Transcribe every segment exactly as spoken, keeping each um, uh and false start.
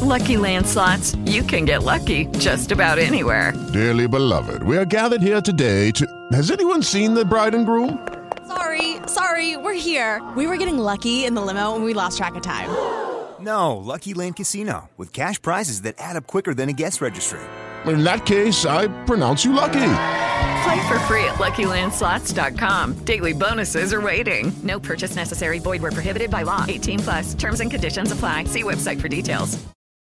Lucky Land Slots, you can get lucky just about anywhere. Dearly beloved, we are gathered here today to... Has anyone seen the bride and groom? Sorry, sorry, we're here. We were getting lucky in the limo and we lost track of time. No, Lucky Land Casino, with cash prizes that add up quicker than a guest registry. In that case, I pronounce you lucky. Play for free at Lucky Land Slots dot com. Daily bonuses are waiting. No purchase necessary. Void where prohibited by law. eighteen plus. Terms and conditions apply. See website for details.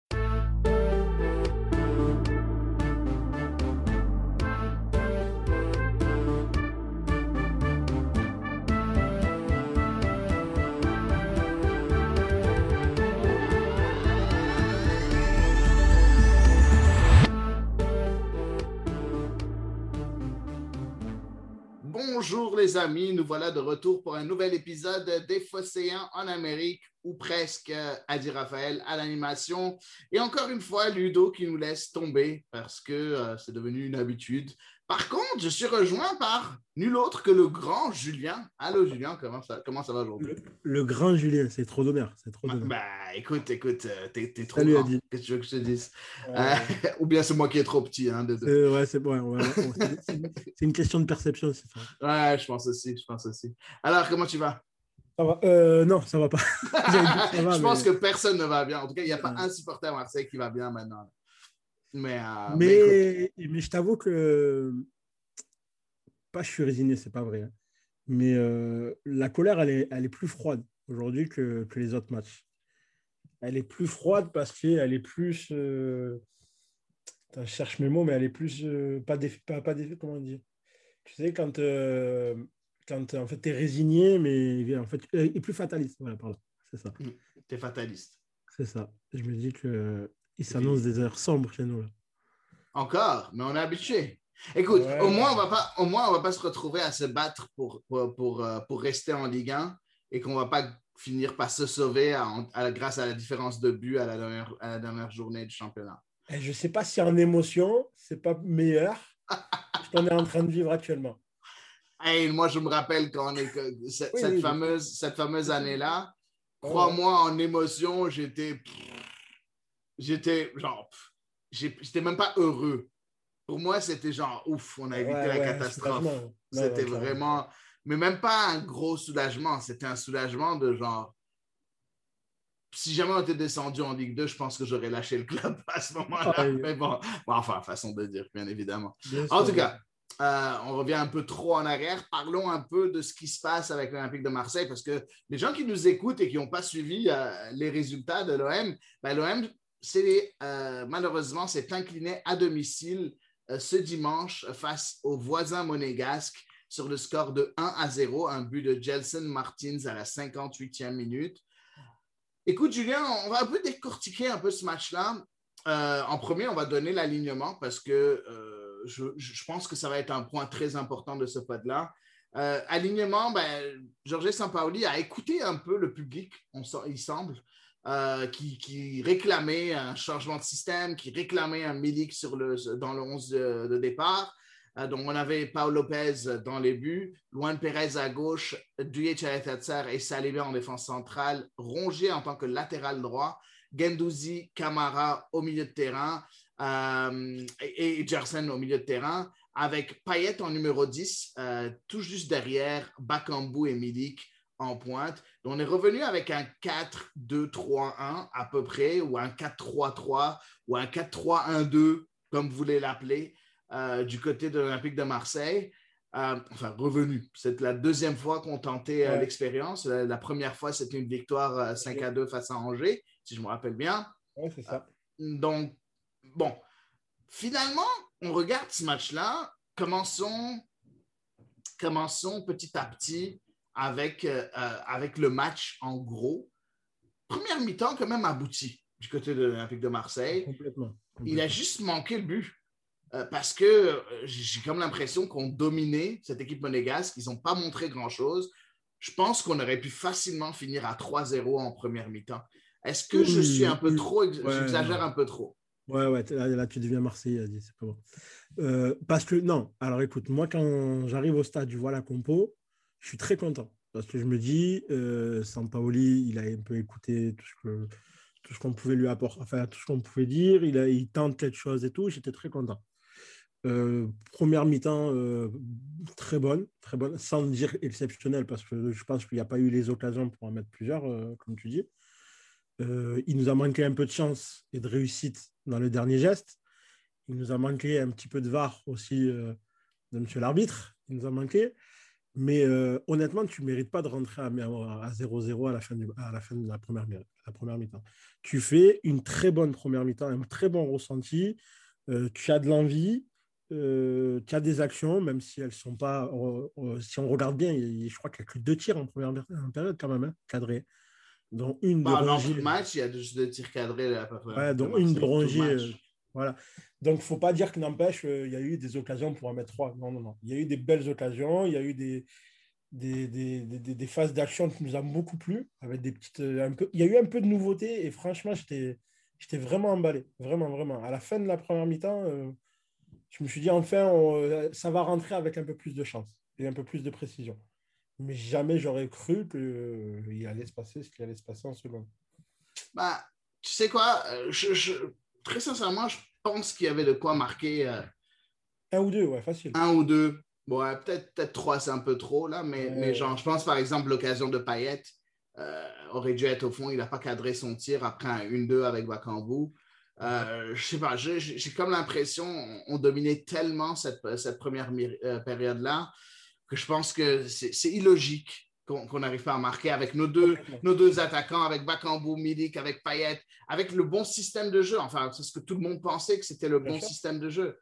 Bonjour les amis, nous voilà de retour pour un nouvel épisode des Phocéens en Amérique, ou presque, a dit Raphaël, à l'animation. Et encore une fois, Ludo qui nous laisse tomber parce que euh, c'est devenu une habitude. Par contre, je suis rejoint par nul autre que le grand Julien. Allô Julien, comment ça, comment ça va aujourd'hui? Le, le grand Julien, c'est trop d'honneur. C'est trop d'honneur. Bah, bah écoute, écoute, t'es, t'es trop Salut, grand. Adi. Qu'est-ce que tu veux que je te dise? Euh... Euh, ou bien c'est moi qui est trop petit. Hein, de, de... Euh, ouais, c'est bon. Ouais, ouais, ouais. C'est, une, c'est une question de perception, c'est ça. Ouais, je pense aussi, je pense aussi. Alors, comment tu vas? Ça va. Euh, non, ça va pas. ça va, je mais... pense que personne ne va bien. En tout cas, il n'y a pas un supporter à Marseille qui va bien maintenant. Mais, euh, mais, mais, mais je t'avoue que pas je suis résigné, c'est pas vrai. Hein. Mais euh, la colère, elle est, elle est plus froide aujourd'hui que, que les autres matchs. Elle est plus froide parce qu'elle est plus. Euh... Attends, je cherche mes mots, mais elle est plus. Euh, pas d'effet, pas, pas d'effet, comment on dit? Tu sais, quand. Euh... Quand en fait, tu es résigné, mais en fait, il est plus fataliste. Voilà, pardon. C'est ça. Mmh, tu es fataliste. C'est ça. Je me dis qu'il s'annonce des heures sombres chez nous. Là. Encore, mais on est habitué. Écoute, ouais, au moins, on va pas, au moins, on ne va pas se retrouver à se battre pour, pour, pour, pour rester en Ligue un et qu'on ne va pas finir par se sauver à, à, grâce à la différence de but à la dernière, à la dernière journée du championnat. Et je ne sais pas si en émotion, ce n'est pas meilleur ce qu'on est en train de vivre actuellement. Hey, moi, je me rappelle quand on est que cette, oui, cette, oui, fameuse, oui. cette fameuse année-là, crois-moi, en émotion, j'étais, j'étais genre, j'étais même pas heureux. Pour moi, c'était genre, ouf, on a évité ouais, la ouais, catastrophe. Non, c'était non, vraiment, mais même pas un gros soulagement. C'était un soulagement de genre, si jamais on était descendu en Ligue deux, je pense que j'aurais lâché le club à ce moment-là. Ah, oui. Mais bon, bon, enfin, façon de dire, bien évidemment. Bien en sûr, tout cas, Euh, on revient un peu trop en arrière. Parlons un peu de ce qui se passe avec l'Olympique de Marseille parce que les gens qui nous écoutent et qui n'ont pas suivi euh, les résultats de l'O M, ben, l'O M, c'est, euh, malheureusement, s'est incliné à domicile euh, ce dimanche face aux voisins monégasques sur le score de un à zéro, un but de Gelson Martins à la cinquante-huitième minute. Écoute, Julien, on va un peu décortiquer un peu ce match-là. Euh, en premier, on va donner l'alignement parce que euh, Je, je pense que ça va être un point très important de ce pod-là. Euh, alignement, ben, Jorge Sampaoli a écouté un peu le public, on, il semble, euh, qui, qui réclamait un changement de système, qui réclamait un Milik sur le, dans le onze de, de départ. Euh, donc, on avait Paul Lopez dans les buts, Luan Pérez à gauche, Douye Tchalethatser et Salibé en défense centrale, Rongier en tant que latéral droit, Guendouzi, Camara au milieu de terrain, Euh, et, et Gerson au milieu de terrain, avec Payet en numéro dix, euh, tout juste derrière Bakambu et Milik en pointe. Donc, on est revenu avec un quatre deux trois un à peu près, ou un quatre trois trois, ou un quatre trois un deux, comme vous voulez l'appeler, euh, du côté de l'Olympique de Marseille. Euh, enfin, revenu. C'est la deuxième fois qu'on tentait euh, ouais. l'expérience. La, la première fois, c'était une victoire euh, cinq à deux face à Angers, si je me rappelle bien. Oui, c'est ça. Euh, donc, bon, finalement, on regarde ce match-là. Commençons, commençons petit à petit avec, euh, avec le match en gros. Première mi-temps quand même abouti du côté de l'Olympique de Marseille. Complètement, complètement. Il a juste manqué le but euh, parce que euh, j'ai comme l'impression qu'on dominait cette équipe monégasque. Ils n'ont pas montré grand-chose. Je pense qu'on aurait pu facilement finir à trois zéro en première mi-temps. Est-ce que je suis un peu trop, ex- ouais, j'exagère un peu trop? Ouais, ouais, là, là tu deviens Marseillais, c'est pas bon. Euh, parce que, non, alors écoute, moi, quand j'arrive au stade, je vois la compo, je suis très content. Parce que je me dis, euh, Sampaoli, il a un peu écouté tout ce que, tout tout ce qu'on pouvait lui apporter, enfin, tout ce qu'on pouvait dire. Il, a, il tente quelque chose et tout. J'étais très content. Euh, première mi-temps, euh, très bonne, très bonne, sans dire exceptionnelle, parce que je pense qu'il n'y a pas eu les occasions pour en mettre plusieurs, euh, comme tu dis. Euh, il nous a manqué un peu de chance et de réussite dans le dernier geste. Il nous a manqué un petit peu de V A R aussi euh, de monsieur l'arbitre. Il nous a manqué. Mais euh, honnêtement, tu ne mérites pas de rentrer à, à zéro zéro à la fin, du, à la fin de la première, la première mi-temps. Tu fais une très bonne première mi-temps, un très bon ressenti. Euh, tu as de l'envie. Euh, tu as des actions, même si elles ne sont pas... Euh, euh, si on regarde bien, il, je crois qu'il n'y a que deux tirs en première en période quand même, hein, cadrés. Dont une de Bah, Rongier. Dans le match, il y a juste deux tirs cadrés là, à peu près. Ouais, dont une de Rongier. Euh, voilà. Donc, il ne faut pas dire que n'empêche, euh, il y a eu des occasions pour en mettre trois. Non, non, non. Il y a eu des belles occasions, il y a eu des, des, des, des, des phases d'action qui nous ont beaucoup plu. Avec des petites, euh, un peu... Il y a eu un peu de nouveauté et franchement, j'étais, j'étais vraiment emballé. Vraiment, vraiment. À la fin de la première mi-temps, euh, je me suis dit, enfin, on, ça va rentrer avec un peu plus de chance et un peu plus de précision. Mais jamais j'aurais cru qu'il euh, allait se passer ce qui allait se passer en seconde. Bah, tu sais quoi, je, je, très sincèrement, je pense qu'il y avait de quoi marquer. Euh, un ou deux, ouais, facile. Un ou deux. Bon, ouais, peut-être, peut-être trois, c'est un peu trop, là, mais, euh... mais genre, je pense par exemple l'occasion de Payet euh, aurait dû être au fond. Il n'a pas cadré son tir après un un deux avec Bakambu. Euh, je sais pas, j'ai, j'ai comme l'impression on, on dominait tellement cette, cette première euh, période-là que je pense que c'est, c'est illogique qu'on n'arrive pas à marquer avec nos deux, nos deux attaquants, avec Bakambu, Milik, avec Payet, avec le bon système de jeu. Enfin, c'est ce que tout le monde pensait que c'était le bon système de jeu.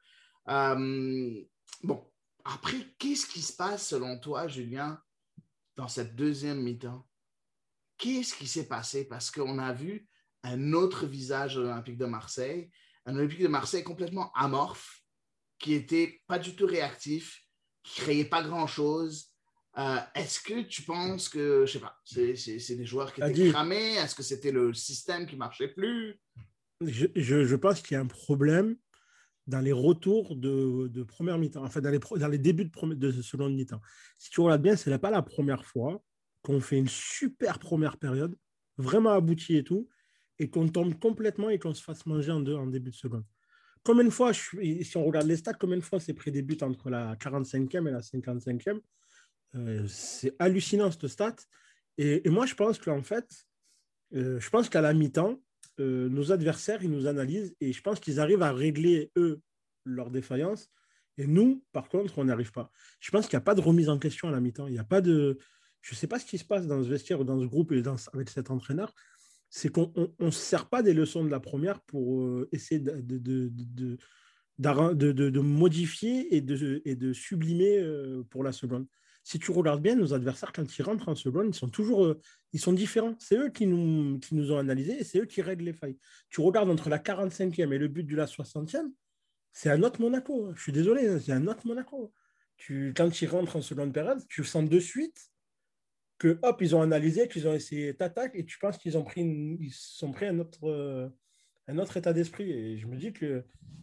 Euh, bon, après, qu'est-ce qui se passe selon toi, Julien, dans cette deuxième mi-temps? Qu'est-ce qui s'est passé? Parce qu'on a vu un autre visage de l'Olympique de Marseille, un Olympique de Marseille complètement amorphe, qui n'était pas du tout réactif, qui ne créait pas grand-chose. Euh, est-ce que tu penses que, je sais pas, c'est, c'est, c'est des joueurs qui étaient Adi, cramés? Est-ce que c'était le système qui ne marchait plus? je, je, je pense qu'il y a un problème dans les retours de, de première mi-temps, enfin dans les, dans les débuts de, première, de seconde mi-temps. Si tu regardes bien, ce n'est pas la première fois qu'on fait une super première période, vraiment aboutie et tout, et qu'on tombe complètement et qu'on se fasse manger en deux en début de seconde. Combien de fois, je, si on regarde les stats, combien de fois c'est pris des buts entre la quarante-cinquième et la cinquante-cinquième? Euh, c'est hallucinant cette stat. Et, et moi, je pense qu'en fait, euh, je pense qu'à la mi-temps, euh, nos adversaires, ils nous analysent et je pense qu'ils arrivent à régler, eux, leurs défaillances. Et nous, par contre, on n'y arrive pas. Je pense qu'il n'y a pas de remise en question à la mi-temps. Il n'y a pas de... Je ne sais pas ce qui se passe dans ce vestiaire ou dans ce groupe et dans, avec cet entraîneur. C'est qu'on ne se sert pas des leçons de la première pour euh, essayer de, de, de, de, de, de, de, de modifier et de, et de sublimer euh, pour la seconde. Si tu regardes bien, nos adversaires, quand ils rentrent en seconde, ils sont toujours euh, ils sont différents. C'est eux qui nous, qui nous ont analysés et c'est eux qui règlent les failles. Tu regardes entre la quarante-cinquième et le but de la soixantième, c'est un autre Monaco. Hein. Je suis désolé, c'est un autre Monaco. Tu, quand ils rentrent en seconde période, tu sens de suite que hop, ils ont analysé, qu'ils ont essayé d'attaquer et tu penses qu'ils ont pris, une, ils sont pris un autre, euh, un autre état d'esprit. Et je me dis que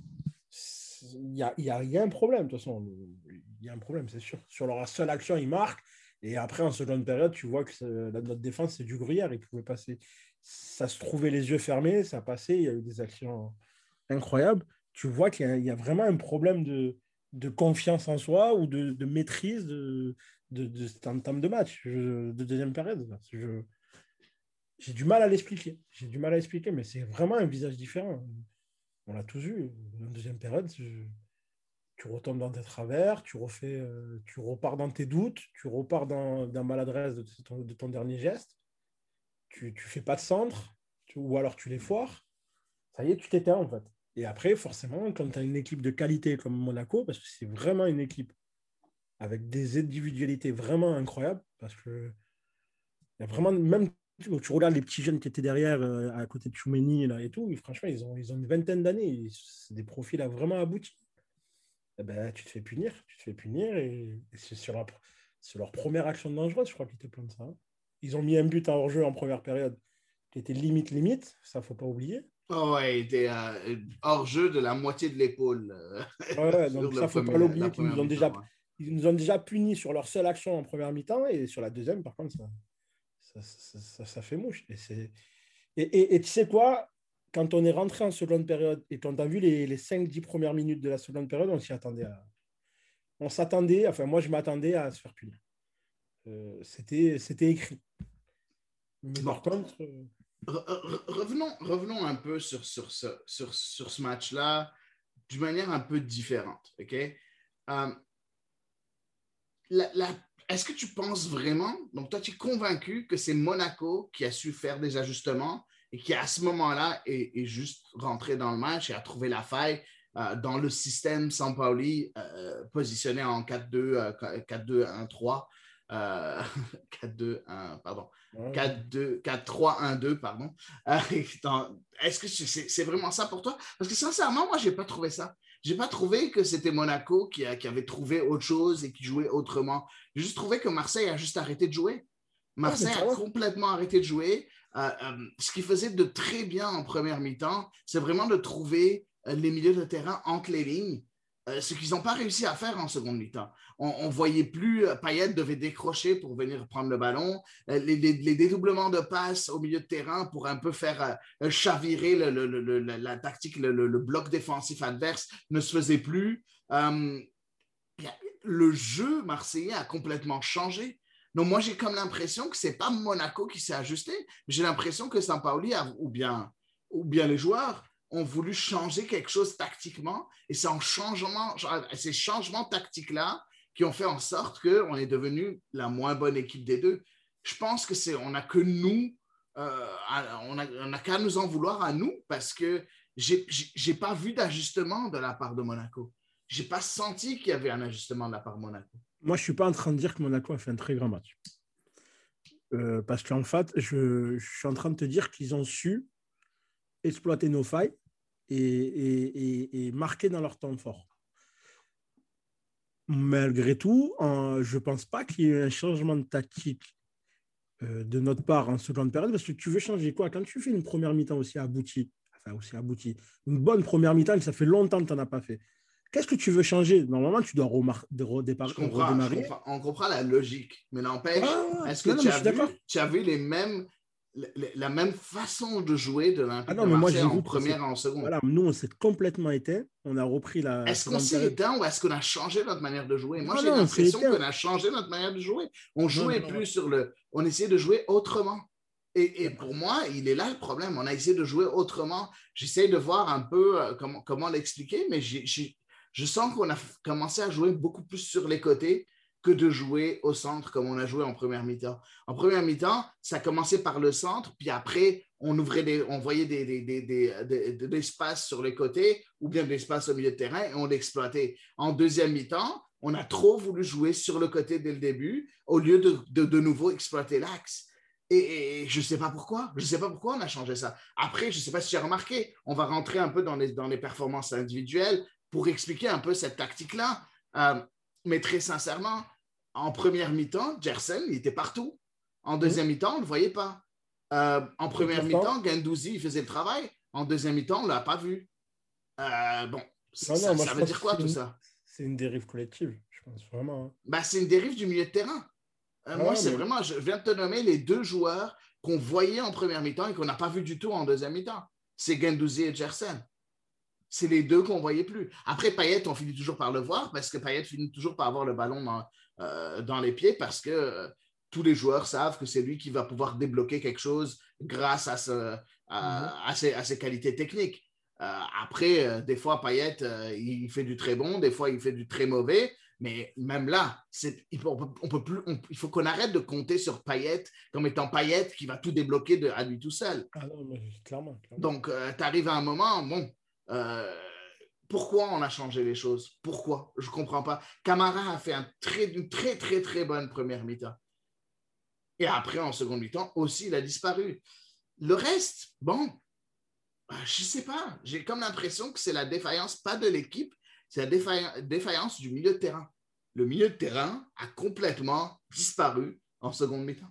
il y a, y a, y a un problème, de toute façon. Il y a un problème, c'est sûr. Sur leur seule action, ils marquent. Et après, en seconde période, tu vois que la, notre défense, c'est du gruyère. Ils pouvaient passer. Ça se trouvait les yeux fermés, ça passait. Il y a eu des actions incroyables. Tu vois qu'il y a, y a vraiment un problème de, de confiance en soi ou de, de maîtrise de, de, de, de, en termes de match, je, de deuxième période. Je, j'ai du mal à l'expliquer. J'ai du mal à l'expliquer, mais c'est vraiment un visage différent. On l'a tous vu. En deuxième période, je... tu retombes dans tes travers, tu, refais, euh, tu repars dans tes doutes, tu repars dans, dans maladresse de ton, de ton dernier geste, tu ne fais pas de centre, tu, ou alors tu les foires. Ça y est, tu t'éteins en fait. Et après, forcément, quand tu as une équipe de qualité comme Monaco, parce que c'est vraiment une équipe avec des individualités vraiment incroyables, parce que il y a vraiment, même tu regardes les petits jeunes qui étaient derrière, euh, à côté de Tchouméni là, et tout, et franchement, ils ont, ils ont une vingtaine d'années. C'est des profils là, vraiment aboutis. Et ben, tu te fais punir. Tu te fais punir et, et c'est sur, la, sur leur première action dangereuse, je crois qu'ils te plantent ça. Hein. Ils ont mis un but en hors-jeu en première période qui était limite, limite. Ça, il ne faut pas oublier. Oh ouais, il était euh, hors-jeu de la moitié de l'épaule. Euh, ouais, donc ça, il ne faut pas l'oublier. Ils nous, ont déjà, ouais. ils nous ont déjà punis sur leur seule action en première mi-temps et sur la deuxième, par contre, ça... Ça, ça, ça, ça fait mouche. Et, c'est... Et, et, et tu sais quoi? Quand on est rentré en seconde période et qu'on a vu les, les cinq dix premières minutes de la seconde période, on s'y attendait à... On s'attendait, enfin moi je m'attendais à se faire punir. Euh, c'était, c'était écrit. Mais Bon. par contre... euh, Re- re- revenons, revenons un peu sur, sur ce, sur, sur ce match-là d'une manière un peu différente. OK? Euh, la- la- est-ce que tu penses vraiment, donc toi, tu es convaincu que c'est Monaco qui a su faire des ajustements et qui, à ce moment-là, est, est juste rentré dans le match et a trouvé la faille euh, dans le système Sampaoli euh, positionné en quatre deux, euh, quatre deux un trois, euh, quatre deux un, pardon, ouais. quatre deux, quatre trois un deux, pardon. Euh, dans- est-ce que c'est, c'est vraiment ça pour toi? Parce que sincèrement, moi, je n'ai pas trouvé ça. Je n'ai pas trouvé que c'était Monaco qui, a- qui avait trouvé autre chose et qui jouait autrement. J'ai juste trouvé que Marseille a juste arrêté de jouer. Marseille a complètement arrêté de jouer. Euh, euh, ce qui faisait de très bien en première mi-temps, c'est vraiment de trouver euh, les milieux de terrain entre les lignes, euh, ce qu'ils n'ont pas réussi à faire en seconde mi-temps. On ne voyait plus, euh, Payet devait décrocher pour venir prendre le ballon. Euh, les, les, les dédoublements de passes au milieu de terrain pour un peu faire euh, chavirer le, le, le, la, la tactique, le, le, bloc défensif adverse ne se faisait plus. Euh, le jeu marseillais a complètement changé. Donc, moi, j'ai comme l'impression que ce n'est pas Monaco qui s'est ajusté. J'ai l'impression que Sampaoli a, ou, bien, ou bien les joueurs ont voulu changer quelque chose tactiquement. Et c'est en changement, ces changements tactiques-là qui ont fait en sorte qu'on est devenu la moins bonne équipe des deux. Je pense que c'est, on n'a que nous, euh, on n'a on a qu'à nous en vouloir à nous parce que j'ai, j'ai pas vu d'ajustement de la part de Monaco. J'ai pas senti qu'il y avait un ajustement de la part de Monaco. Moi, je ne suis pas en train de dire que Monaco a fait un très grand match. Euh, parce qu'en fait, je, je suis en train de te dire qu'ils ont su exploiter nos failles et, et, et, et marquer dans leur temps fort. Malgré tout, euh, je ne pense pas qu'il y ait eu un changement de tactique euh, de notre part en seconde période, parce que tu veux changer quoi? Quand tu fais une première mi-temps aussi aboutie, enfin aussi aboutie, une bonne première mi-temps, ça fait longtemps que tu n'en as pas fait. Qu'est-ce que tu veux changer? Normalement, tu dois remar- de redépar- je comprends, redémarrer. Je comprends, on comprend la logique, mais n'empêche, ah, est-ce que non, non, tu, as vu, tu as vu les mêmes, la, la même façon de jouer de l'Olympique ah non, de Marseille moi, en première et en seconde? Voilà, nous, on s'est complètement éteint. On a repris la. Est-ce qu'on s'est éteint ou est-ce qu'on a changé notre manière de jouer? Moi, non, j'ai non, l'impression qu'on a changé notre manière de jouer. On jouait non, non, plus non. sur le. On essayait de jouer autrement. Et, et pour moi, il est là le problème. On a essayé de jouer autrement. J'essaie de voir un peu euh, comment, comment l'expliquer, mais j'ai, j'ai, je sens qu'on a commencé à jouer beaucoup plus sur les côtés que de jouer au centre comme on a joué en première mi-temps. En première mi-temps, ça commençait par le centre, puis après, on ouvrait des, on voyait des, des, des, des, des, des espaces sur les côtés ou bien des espaces au milieu de terrain et on l'exploitait. En deuxième mi-temps, on a trop voulu jouer sur le côté dès le début au lieu de de, de nouveau exploiter l'axe. Et, et je ne sais pas pourquoi. Je ne sais pas pourquoi on a changé ça. Après, je ne sais pas si tu as remarqué, on va rentrer un peu dans les, dans les performances individuelles pour expliquer un peu cette tactique-là. Euh, mais très sincèrement, en première mi-temps, Gerson, il était partout. En deuxième mmh. mi-temps, on ne le voyait pas. Euh, en première mi-temps, Guendouzi, il faisait le travail. En deuxième mi-temps, on ne l'a pas vu. Euh, bon, non, non, ça, moi, ça veut dire quoi tout une, ça? C'est une dérive collective, je pense vraiment. Hein. Bah, c'est une dérive du milieu de terrain. Euh, ah, moi, c'est mais... vraiment, je viens de te nommer les deux joueurs qu'on voyait en première mi-temps et qu'on n'a pas vu du tout en deuxième mi-temps. C'est Guendouzi et Gerson. C'est les deux qu'on ne voyait plus. Après, Payet, on finit toujours par le voir parce que Payet finit toujours par avoir le ballon dans, euh, dans les pieds parce que euh, tous les joueurs savent que c'est lui qui va pouvoir débloquer quelque chose grâce à, ce, à, mm-hmm. à, ses, à ses qualités techniques. Euh, après, euh, des fois, Payet, euh, il fait du très bon, des fois, il fait du très mauvais. Mais même là, c'est, il, faut, on peut plus, on, il faut qu'on arrête de compter sur Payet comme étant Payet qui va tout débloquer de, à lui tout seul. Ah non, mais clairement, clairement. Donc, euh, tu arrives à un moment, bon, euh, pourquoi on a changé les choses? Pourquoi? Je ne comprends pas. Camara a fait un très, une très, très, très bonne première mi-temps. Et après, en seconde mi-temps, aussi, il a disparu. Le reste, bon, je ne sais pas. J'ai comme l'impression que c'est la défaillance, pas de l'équipe, c'est la défaillance, défaillance du milieu de terrain. Le milieu de terrain a complètement disparu en seconde mi-temps.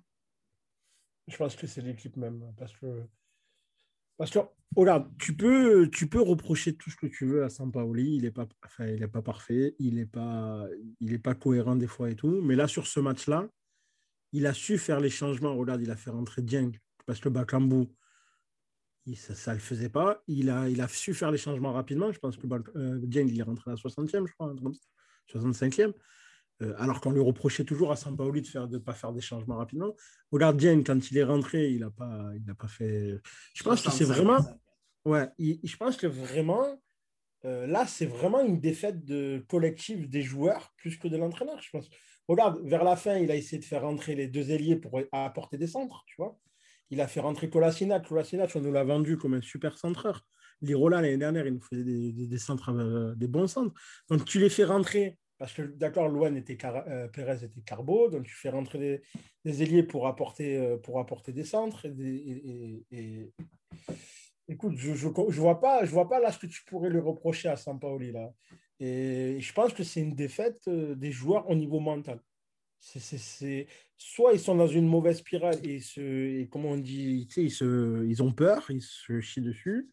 Je pense que c'est l'équipe même. Parce que, parce que regarde, tu peux, tu peux reprocher tout ce que tu veux à Sampaoli. Il n'est pas, enfin, il est pas parfait. Il n'est pas, il est pas cohérent des fois et tout. Mais là, sur ce match-là, il a su faire les changements. Regarde, il a fait rentrer Dieng parce que Bakambu, il, ça ne le faisait pas. Il a, il a su faire les changements rapidement. Je pense que euh, Dieng, il est rentré à la soixantième, je crois, soixante-cinquième. Euh, alors qu'on lui reprochait toujours à Sampaoli de ne de pas faire des changements rapidement. Regarde Dieng, quand il est rentré, il n'a pas, il a pas fait. Je pense que c'est vraiment. Ouais, il, je pense que vraiment. Euh, là, c'est vraiment une défaite de collective des joueurs plus que de l'entraîneur, je pense. Regarde, vers la fin, il a essayé de faire rentrer les deux ailiers pour apporter des centres, tu vois. Il a fait rentrer Kolasinac. Kolasinac, on nous l'a vendu comme un super centreur. Lirola, l'année dernière, il nous faisait des, des, des centres, euh, des bons centres. Donc, tu les fais rentrer, parce que, d'accord, Luan était Car- euh, Pérez était Carbo, donc tu fais rentrer des, des ailiers pour apporter, euh, pour apporter des centres et, des, et, et, et... Écoute, je ne je, je vois, pas, je vois pas là ce que tu pourrais lui reprocher à Sampaoli. Là. Et je pense que c'est une défaite des joueurs au niveau mental. C'est, c'est, c'est... Soit ils sont dans une mauvaise spirale et, se... et comment on dit, tu sais, ils, se... ils ont peur, ils se chient dessus.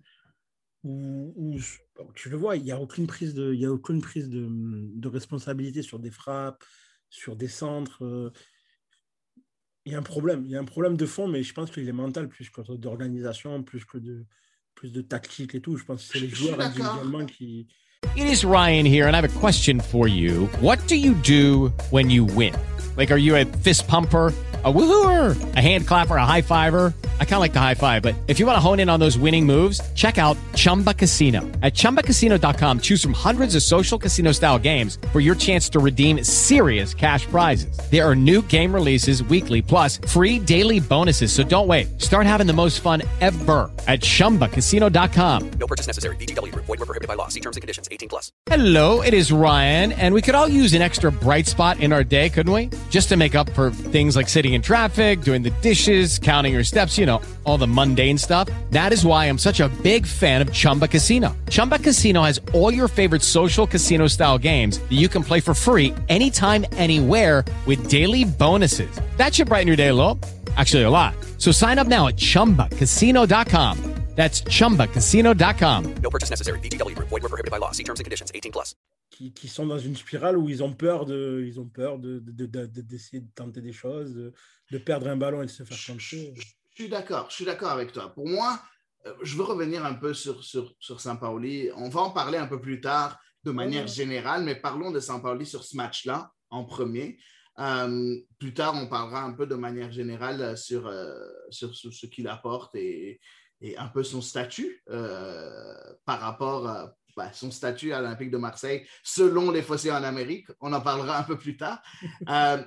Ou, ou... tu le vois, il n'y a aucune prise, de... il y a aucune prise de... de responsabilité sur des frappes, sur des centres. Il y a un problème, il y a un problème de fond, mais je pense qu'il est mental plus que d'organisation, plus que de, plus de tactique et tout. Je pense que c'est les joueurs individuellement qui... It is Ryan here, and I have a question for you. What do you do when you win? Like, are you a fist pumper, a woohooer, a hand clapper, a high fiver? I kind of like the high five, but if you want to hone in on those winning moves, check out Chumba Casino. At chumba casino dot com, choose from hundreds of social casino style games for your chance to redeem serious cash prizes. There are new game releases weekly, plus free daily bonuses. So don't wait. Start having the most fun ever at chumba casino dot com. No purchase necessary. V G W. Void where prohibited by law. See terms and conditions. eighteen plus. Hello, it is Ryan, and we could all use an extra bright spot in our day, couldn't we? Just to make up for things like sitting in traffic, doing the dishes, counting your steps, you know, all the mundane stuff. That is why I'm such a big fan of Chumba Casino. Chumba Casino has all your favorite social casino style games that you can play for free anytime, anywhere with daily bonuses. That should brighten your day a little. Actually, a lot. So sign up now at chumba casino dot com. That's chumba casino dot com. No purchase necessary. V G W. Void where prohibited by law. See terms and conditions. eighteen plus. Qui, qui sont dans une spirale où ils ont peur de, ils ont peur de, de, de, de, d'essayer de tenter des choses, de, de perdre un ballon et de se faire tenter. Je, je suis d'accord, je suis d'accord avec toi. Pour moi, je veux revenir un peu sur, sur, sur Sampaoli. On va en parler un peu plus tard de manière générale, mais parlons de Sampaoli sur ce match-là en premier. Euh, plus tard, on parlera un peu de manière générale sur, euh, sur, sur ce qu'il apporte et, et un peu son statut euh, par rapport à ben, son statut à l'Olympique de Marseille, selon les fossés en Amérique. On en parlera un peu plus tard. Euh,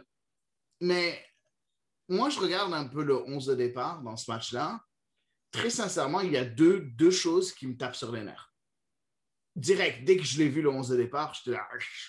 mais moi, je regarde un peu le onze de départ dans ce match-là. Très sincèrement, il y a deux, deux choses qui me tapent sur les nerfs. Direct, dès que je l'ai vu le onze de départ, je te dis,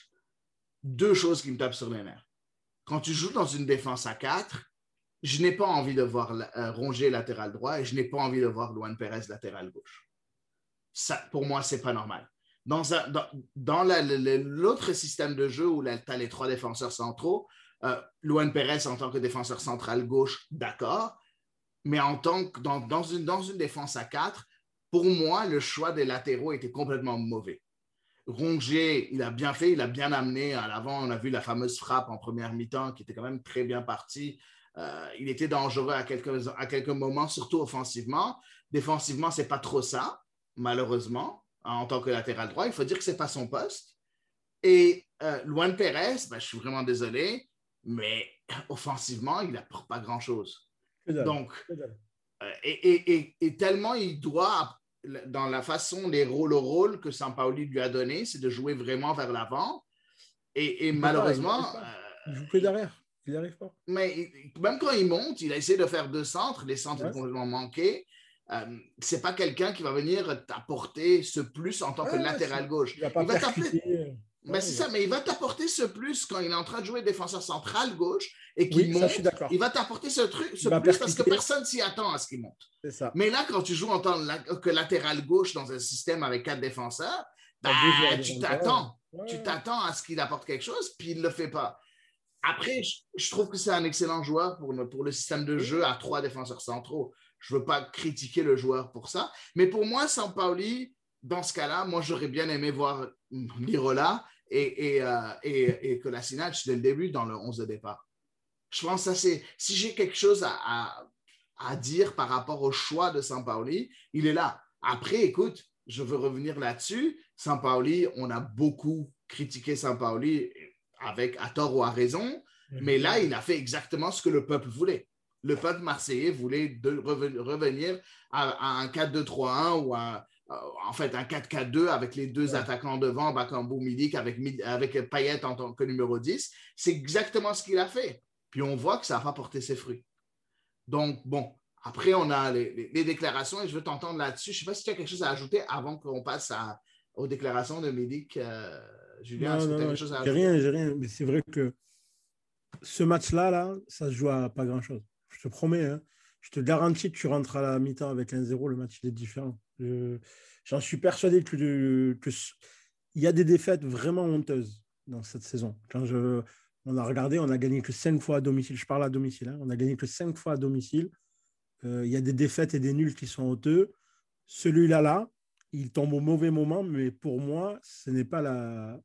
deux choses qui me tapent sur les nerfs. Quand tu joues dans une défense à quatre, je n'ai pas envie de voir euh, Rongier latéral droit et je n'ai pas envie de voir Luan Pérez latéral gauche. Ça, pour moi, ce n'est pas normal. Dans, un, dans, dans la, le, l'autre système de jeu où tu as les trois défenseurs centraux, euh, Luan Pérez en tant que défenseur central gauche, d'accord, mais en tant que dans, dans, une, dans une défense à quatre, pour moi, le choix des latéraux était complètement mauvais. Rongier, il a bien fait, il a bien amené à l'avant. On a vu la fameuse frappe en première mi-temps qui était quand même très bien partie. Euh, il était dangereux à quelques, à quelques moments, surtout offensivement. Défensivement, ce n'est pas trop ça, malheureusement, en tant que latéral droit. Il faut dire que ce n'est pas son poste. Et euh, Luan Pérez, ben, je suis vraiment désolé, mais offensivement, il n'apporte pas grand-chose. Donc, euh, et, et, et, et tellement il doit, dans la façon, les rôles, le rôle que Sampaoli lui a donné, c'est de jouer vraiment vers l'avant. Et, et malheureusement... Pas, il ne joue que derrière. Il n'y arrive pas. Mais même quand il monte, il a essayé de faire deux centres. Les centres ouais. sont complètement manqués. Euh, ce n'est pas quelqu'un qui va venir t'apporter ce plus en tant ouais, que latéral gauche. Il va, pas il va t'apporter... Ouais, mais c'est ça, mais il va t'apporter ce plus quand il est en train de jouer défenseur central gauche et qu'il oui, monte. Ça, il va t'apporter ce truc, ce plus parce que personne s'y attend à ce qu'il monte. C'est ça. Mais là, quand tu joues en tant que latéral gauche dans un système avec quatre défenseurs, bah, tu t'attends. Ouais. Tu t'attends à ce qu'il apporte quelque chose, puis il ne le fait pas. Après, je, je trouve que c'est un excellent joueur pour le, pour le système de jeu à trois défenseurs centraux. Je ne veux pas critiquer le joueur pour ça. Mais pour moi, Sampaoli, dans ce cas-là, moi, j'aurais bien aimé voir Lirola et, et, euh, et, et Kolasinac dès le début dans le onze de départ. Je pense que ça, c'est... Si j'ai quelque chose à, à, à dire par rapport au choix de Sampaoli, il est là. Après, écoute, je veux revenir là-dessus. Sampaoli, on a beaucoup critiqué Sampaoli avec à tort ou à raison, mais là, il a fait exactement ce que le peuple voulait. Le peuple marseillais voulait de revenir à, à un quatre deux trois un ou à, en fait un quatre quatre deux avec les deux ouais. attaquants devant, Bakambu, Milik, avec, avec Payet en tant que numéro dix. C'est exactement ce qu'il a fait. Puis on voit que ça n'a pas porté ses fruits. Donc, bon, après, on a les, les, les déclarations et je veux t'entendre là-dessus. Je ne sais pas si tu as quelque chose à ajouter avant qu'on passe à, aux déclarations de Milik. Euh, Julien, non, est-ce que non, tu as non, quelque chose à j'ai ajouter? rien, j'ai rien. Mais c'est vrai que ce match-là, là, ça se joue à pas grand-chose. Je te promets, hein, je te garantis que tu rentres à la mi-temps avec un zéro, le match il est différent. Je, j'en suis persuadé que, que il y a des défaites vraiment honteuses dans cette saison. Quand je, on a regardé, on a gagné que cinq fois à domicile. Je parle à domicile. Hein, on a gagné que cinq fois à domicile. Euh, il y a des défaites et des nuls qui sont honteux. Celui-là, là, il tombe au mauvais moment, mais pour moi, ce n'est pas la,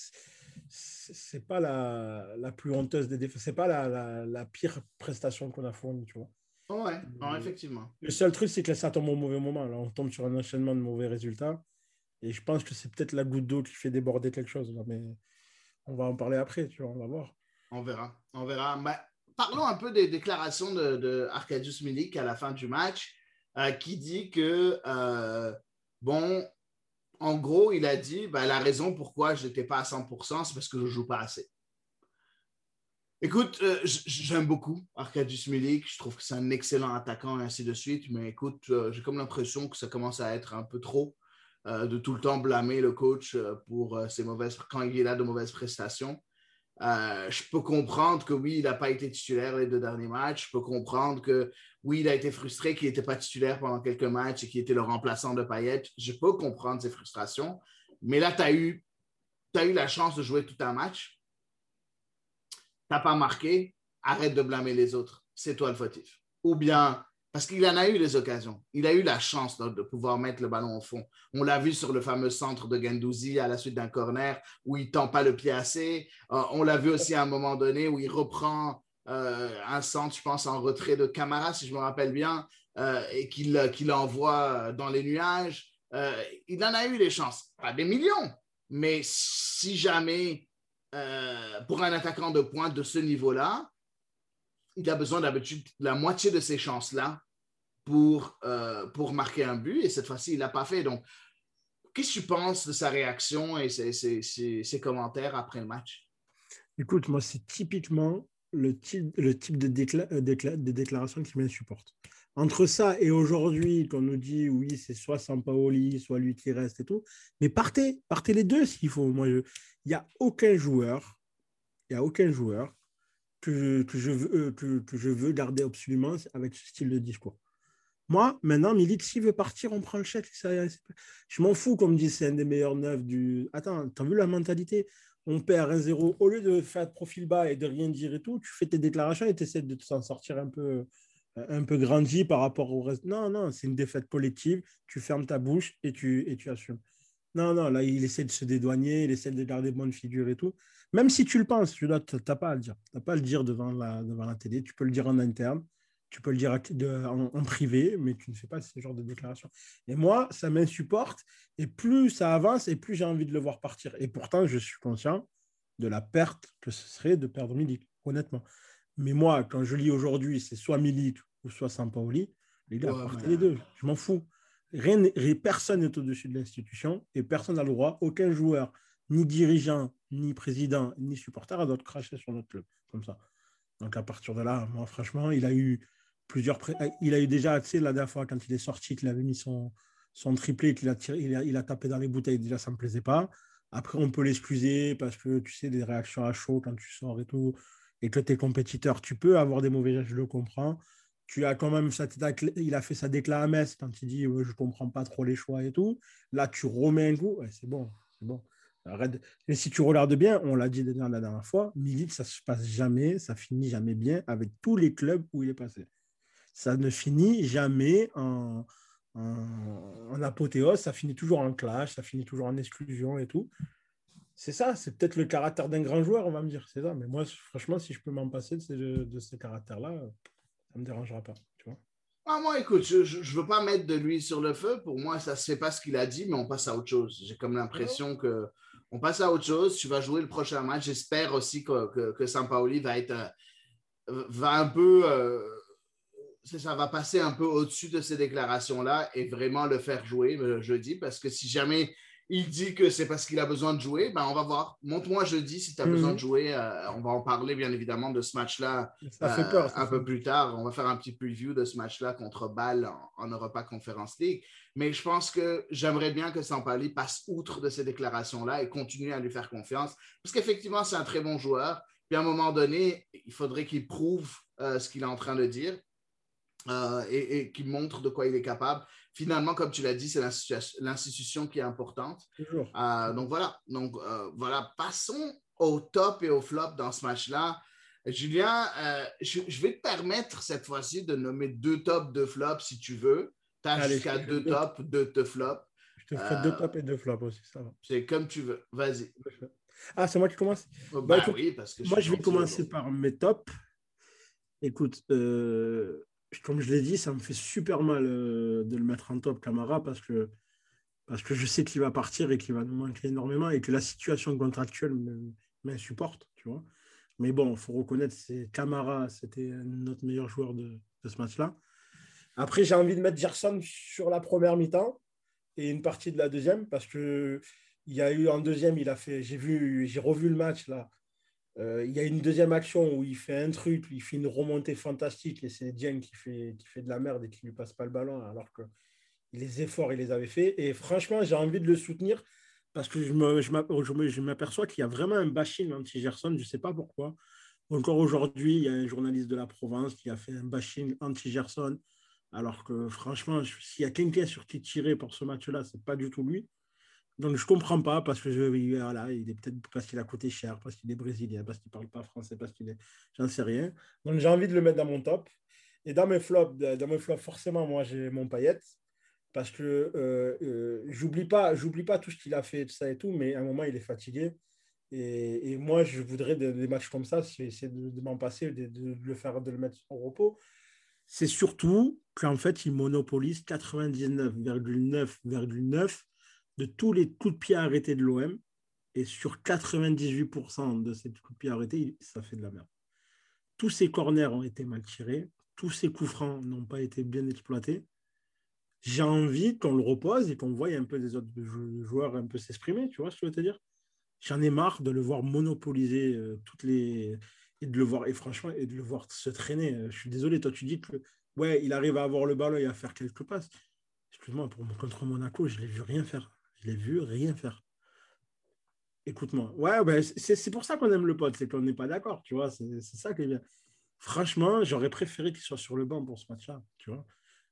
c'est pas la, la plus honteuse des défaites. C'est pas la, la, la pire prestation qu'on a fournie, tu vois. Oh ouais, non, effectivement. Le seul truc, c'est que ça tombe au mauvais moment. Là, on tombe sur un enchaînement de mauvais résultats. Et je pense que c'est peut-être la goutte d'eau qui fait déborder quelque chose. Là, mais on va en parler après, tu vois, on va voir. On verra, on verra. Mais parlons un peu des déclarations de, de Arkadiusz Milik à la fin du match, euh, qui dit que, euh, bon, en gros, il a dit, ben, la raison pourquoi je n'étais pas à cent pour cent, c'est parce que je ne joue pas assez. Écoute, euh, j'aime beaucoup Arkadiusz Milik. Je trouve que c'est un excellent attaquant et ainsi de suite. Mais écoute, euh, j'ai comme l'impression que ça commence à être un peu trop euh, de tout le temps blâmer le coach pour euh, ses mauvaises, quand il est là de mauvaises prestations. Euh, je peux comprendre que oui, il n'a pas été titulaire les deux derniers matchs. Je peux comprendre que oui, il a été frustré qu'il n'était pas titulaire pendant quelques matchs et qu'il était le remplaçant de Payet. Je peux comprendre ses frustrations. Mais là, tu as eu, t'as eu la chance de jouer tout un match. Tu n'as pas marqué. Arrête de blâmer les autres. C'est toi le fautif. Ou bien, parce qu'il en a eu les occasions. Il a eu la chance de, de pouvoir mettre le ballon au fond. On l'a vu sur le fameux centre de Guendouzi à la suite d'un corner où il ne tend pas le pied assez. Euh, on l'a vu aussi à un moment donné où il reprend euh, un centre, je pense, en retrait de Camara, si je me rappelle bien, euh, et qu'il, qu'il envoie dans les nuages. Euh, il en a eu les chances. Pas des millions, mais si jamais, euh, pour un attaquant de pointe de ce niveau-là, il a besoin d'habitude de la moitié de ces chances-là pour, euh, pour marquer un but. Et cette fois-ci, il ne l'a pas fait. Donc, qu'est-ce que tu penses de sa réaction et ses, ses, ses, ses commentaires après le match? Écoute, moi, c'est typiquement le type, le type de, décla- décla- de déclaration qui m'insupporte. Entre ça et aujourd'hui, qu'on nous dit, oui, c'est soit Sampaoli, soit lui qui reste et tout, mais partez, partez les deux s'il faut. Moi, il n'y a aucun joueur, il n'y a aucun joueur que, que, je veux, que, que je veux garder absolument avec ce style de discours. Moi, maintenant, Milik, s'il veut partir, on prend le chèque. Ça, je m'en fous, comme dit, c'est un des meilleurs neufs du... Attends, t'as vu la mentalité? On perd un zéro. Au lieu de faire profil bas et de rien dire et tout, tu fais tes déclarations et tu essaies de s'en sortir un peu, un peu grandi par rapport au reste. Non, non, c'est une défaite collective. Tu fermes ta bouche et tu, et tu assumes. Non, non, là, il essaie de se dédouaner, il essaie de garder bonne figure et tout. Même si tu le penses, tu n'as pas à le dire. Tu n'as pas à le dire devant la, devant la télé. Tu peux le dire en interne, tu peux le dire de, en, en privé, mais tu ne fais pas ce genre de déclaration. Et moi, ça m'insupporte. Et plus ça avance, et plus j'ai envie de le voir partir. Et pourtant, je suis conscient de la perte que ce serait de perdre Milik, honnêtement. Mais moi, quand je lis aujourd'hui, c'est soit Milik ou soit Sampaoli, les gars, ouais, partez mais... les deux. Je m'en fous. Rien, personne n'est au-dessus de l'institution et personne n'a le droit, aucun joueur, ni dirigeant, ni président, ni supporter a d'autre cracher sur notre club, comme ça. Donc à partir de là, moi franchement, il a eu plusieurs, pré... il a eu déjà, tu sais, la dernière fois quand il est sorti, qu'il avait mis son, son triplé, qu'il a, tiré, il a, il a tapé dans les bouteilles, déjà ça ne me plaisait pas. Après, on peut l'excuser parce que tu sais, des réactions à chaud quand tu sors et tout, et que tu es compétiteur, tu peux avoir des mauvais gestes, je le comprends. Tu as quand même, il a fait sa décla à Metz quand il dit ouais, je ne comprends pas trop les choix et tout. Là, tu remets un coup, ouais, c'est bon, c'est bon. Arrête. Et si tu regardes bien, on l'a dit la dernière fois, Milik, ça ne se passe jamais, ça finit jamais bien avec tous les clubs où il est passé. Ça ne finit jamais en, en, en apothéose, ça finit toujours en clash, ça finit toujours en exclusion et tout. C'est ça, c'est peut-être le caractère d'un grand joueur, on va me dire, c'est ça. Mais moi, franchement, si je peux m'en passer de ces, de ces caractères-là, ça ne me dérangera pas, tu vois. Ah, moi, écoute, je ne veux pas mettre de l'huile sur le feu. Pour moi, ça ne se fait pas ce qu'il a dit, mais on passe à autre chose. J'ai comme l'impression que on passe à autre chose. Tu vas jouer le prochain match. J'espère aussi que, que, que Sampaoli va être euh, va un peu euh, ça va passer un peu au-dessus de ces déclarations-là et vraiment le faire jouer le jeudi, parce que si jamais il dit que c'est parce qu'il a besoin de jouer, ben on va voir. Montre-moi jeudi si tu as mmh. besoin de jouer. Euh, on va en parler, bien évidemment, de ce match-là ça fait peur, euh, ça un fait peu peur. plus tard. On va faire un petit preview de ce match-là contre Bâle en, en Europa Conference League. Mais je pense que j'aimerais bien que Sampaoli passe outre de ces déclarations-là et continue à lui faire confiance, parce qu'effectivement, c'est un très bon joueur. Puis à un moment donné, il faudrait qu'il prouve euh, ce qu'il est en train de dire. Euh, et, et qui montre de quoi il est capable. Finalement, comme tu l'as dit, c'est l'institution qui est importante. Euh, donc voilà, donc euh, voilà, passons au top et au flop dans ce match-là. Julien, euh, je, je vais te permettre cette fois-ci de nommer deux tops, deux flops si tu veux. Tu as jusqu'à deux, deux tops, deux, deux flops. Je te ferai euh, deux tops et deux flops aussi, ça va. C'est comme tu veux, vas-y. Ah, c'est moi qui commence? Bah, bah écoute, oui, parce que moi, je, je vais commencer par mes tops. Écoute, euh, comme je l'ai dit, ça me fait super mal euh, de le mettre en top, Camara, parce que, parce que je sais qu'il va partir et qu'il va nous manquer énormément et que la situation contractuelle m'insupporte, tu vois. Mais bon, il faut reconnaître, c'est Camara, c'était notre meilleur joueur de, de ce match-là. Après, j'ai envie de mettre Gerson sur la première mi-temps et une partie de la deuxième, parce que il y a eu en deuxième, il a fait, j'ai vu, j'ai revu le match là. Euh, il y a une deuxième action où il fait un truc, il fait une remontée fantastique et c'est Dieng qui fait, qui fait de la merde et qui ne lui passe pas le ballon alors que les efforts, il les avait faits. Et franchement, j'ai envie de le soutenir parce que je, me, je m'aperçois qu'il y a vraiment un bashing anti-Gerson, je ne sais pas pourquoi. Encore aujourd'hui, il y a un journaliste de la Provence qui a fait un bashing anti-Gerson alors que franchement, s'il y a quelqu'un sur qui tirer pour ce match-là, ce n'est pas du tout lui. Donc, je ne comprends pas parce que je, voilà, il est peut-être parce qu'il a coûté cher, parce qu'il est brésilien, parce qu'il ne parle pas français, parce qu'il est. J'en sais rien. Donc, j'ai envie de le mettre dans mon top. Et dans mes flops, dans mes flops forcément, moi, j'ai mon Payet. Parce que euh, euh, j'oublie pas, j'oublie pas tout ce qu'il a fait, tout ça et tout, mais à un moment, il est fatigué. Et, et moi, je voudrais des, des matchs comme ça, c'est de, de m'en passer, de, de, le faire, de le mettre au repos. C'est surtout qu'en fait, il monopolise quatre-vingt-dix-neuf virgule neuf virgule neuf de tous les coups de pied arrêtés de l'O M, et sur quatre-vingt-dix-huit pour cent de ces coups de pied arrêtés, ça fait de la merde. Tous ces corners ont été mal tirés, tous ces coups francs n'ont pas été bien exploités. J'ai envie qu'on le repose et qu'on voie un peu les autres joueurs un peu s'exprimer, tu vois ce que je veux te dire? J'en ai marre de le voir monopoliser euh, toutes les... et de le voir, et franchement, et de le voir se traîner. Je suis désolé, toi tu dis que ouais, il arrive à avoir le ballon et à faire quelques passes. Excuse-moi, pour, contre Monaco, je ne l'ai vu rien faire. Je l'ai vu rien faire. Écoute-moi. Ouais, ben, c'est pour ça qu'on aime le pote, c'est qu'on n'est pas d'accord, tu vois. C'est ça qui est bien. Franchement, j'aurais préféré qu'il soit sur le banc pour ce match-là, tu vois.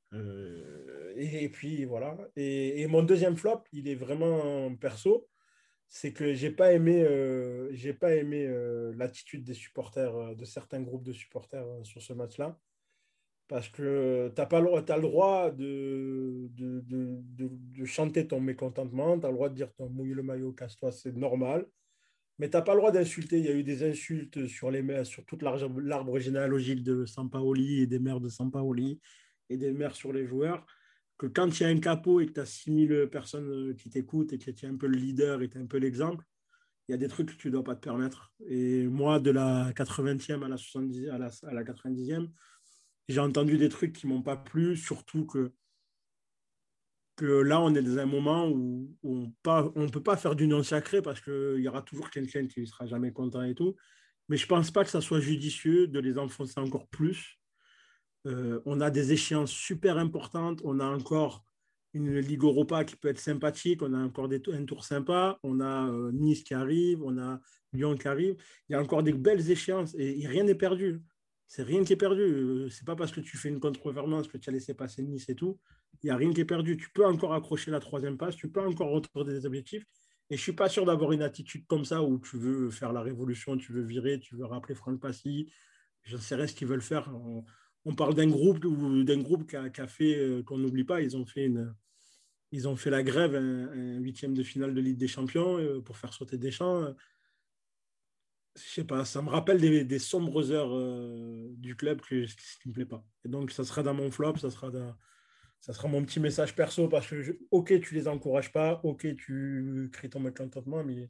Euh, et, et puis, voilà. Et, et mon deuxième flop, il est vraiment perso. C'est que j'ai pas aimé, euh, j'ai pas aimé euh, l'attitude des supporters, euh, de certains groupes de supporters euh, sur ce match-là. Parce que tu as, pas, t'as le droit de, de, de, de, de chanter ton mécontentement, tu as le droit de dire ton mouille le maillot, casse-toi, c'est normal. Mais tu n'as pas le droit d'insulter. Il y a eu des insultes sur, les, sur toute l'arbre généalogique de Sampaoli et des maires de Sampaoli et des maires sur les joueurs. Que quand il y a un capot et que tu as six mille personnes qui t'écoutent et que tu es un peu le leader et tu es un peu l'exemple, il y a des trucs que tu ne dois pas te permettre. Et moi, de la quatre-vingtième à la, soixante-dix, à la, à la quatre-vingt-dixième, j'ai entendu des trucs qui ne m'ont pas plu, surtout que, que là, on est dans un moment où, où on ne peut pas faire d'union sacrée parce qu'il y aura toujours quelqu'un qui ne sera jamais content et tout. Mais je ne pense pas que ça soit judicieux de les enfoncer encore plus. Euh, on a des échéances super importantes. On a encore une Ligue Europa qui peut être sympathique. On a encore des, un tour sympa. On a euh, Nice qui arrive. On a Lyon qui arrive. Il y a encore des belles échéances et, et rien n'est perdu. C'est rien qui est perdu. C'est pas parce que tu fais une contre-performance que tu as laissé passer Nice et tout. Il n'y a rien qui est perdu. Tu peux encore accrocher la troisième passe. Tu peux encore retrouver des objectifs. Et je ne suis pas sûr d'avoir une attitude comme ça où tu veux faire la révolution, tu veux virer, tu veux rappeler Franck Passy. Je ne sais rien ce qu'ils veulent faire. On, on parle d'un groupe, d'un groupe qui a, qui a fait, qu'on n'oublie pas, ils ont fait, une, ils ont fait la grève, un, un huitième de finale de Ligue des Champions pour faire sauter Deschamps. je sais pas, ça me rappelle des, des sombres heures euh, du club que, ce qui me plaît pas. Et donc, ça sera dans mon flop, ça sera, dans, ça sera mon petit message perso parce que, je, ok, tu les encourages pas, ok, tu crées ton mécontentement, mais,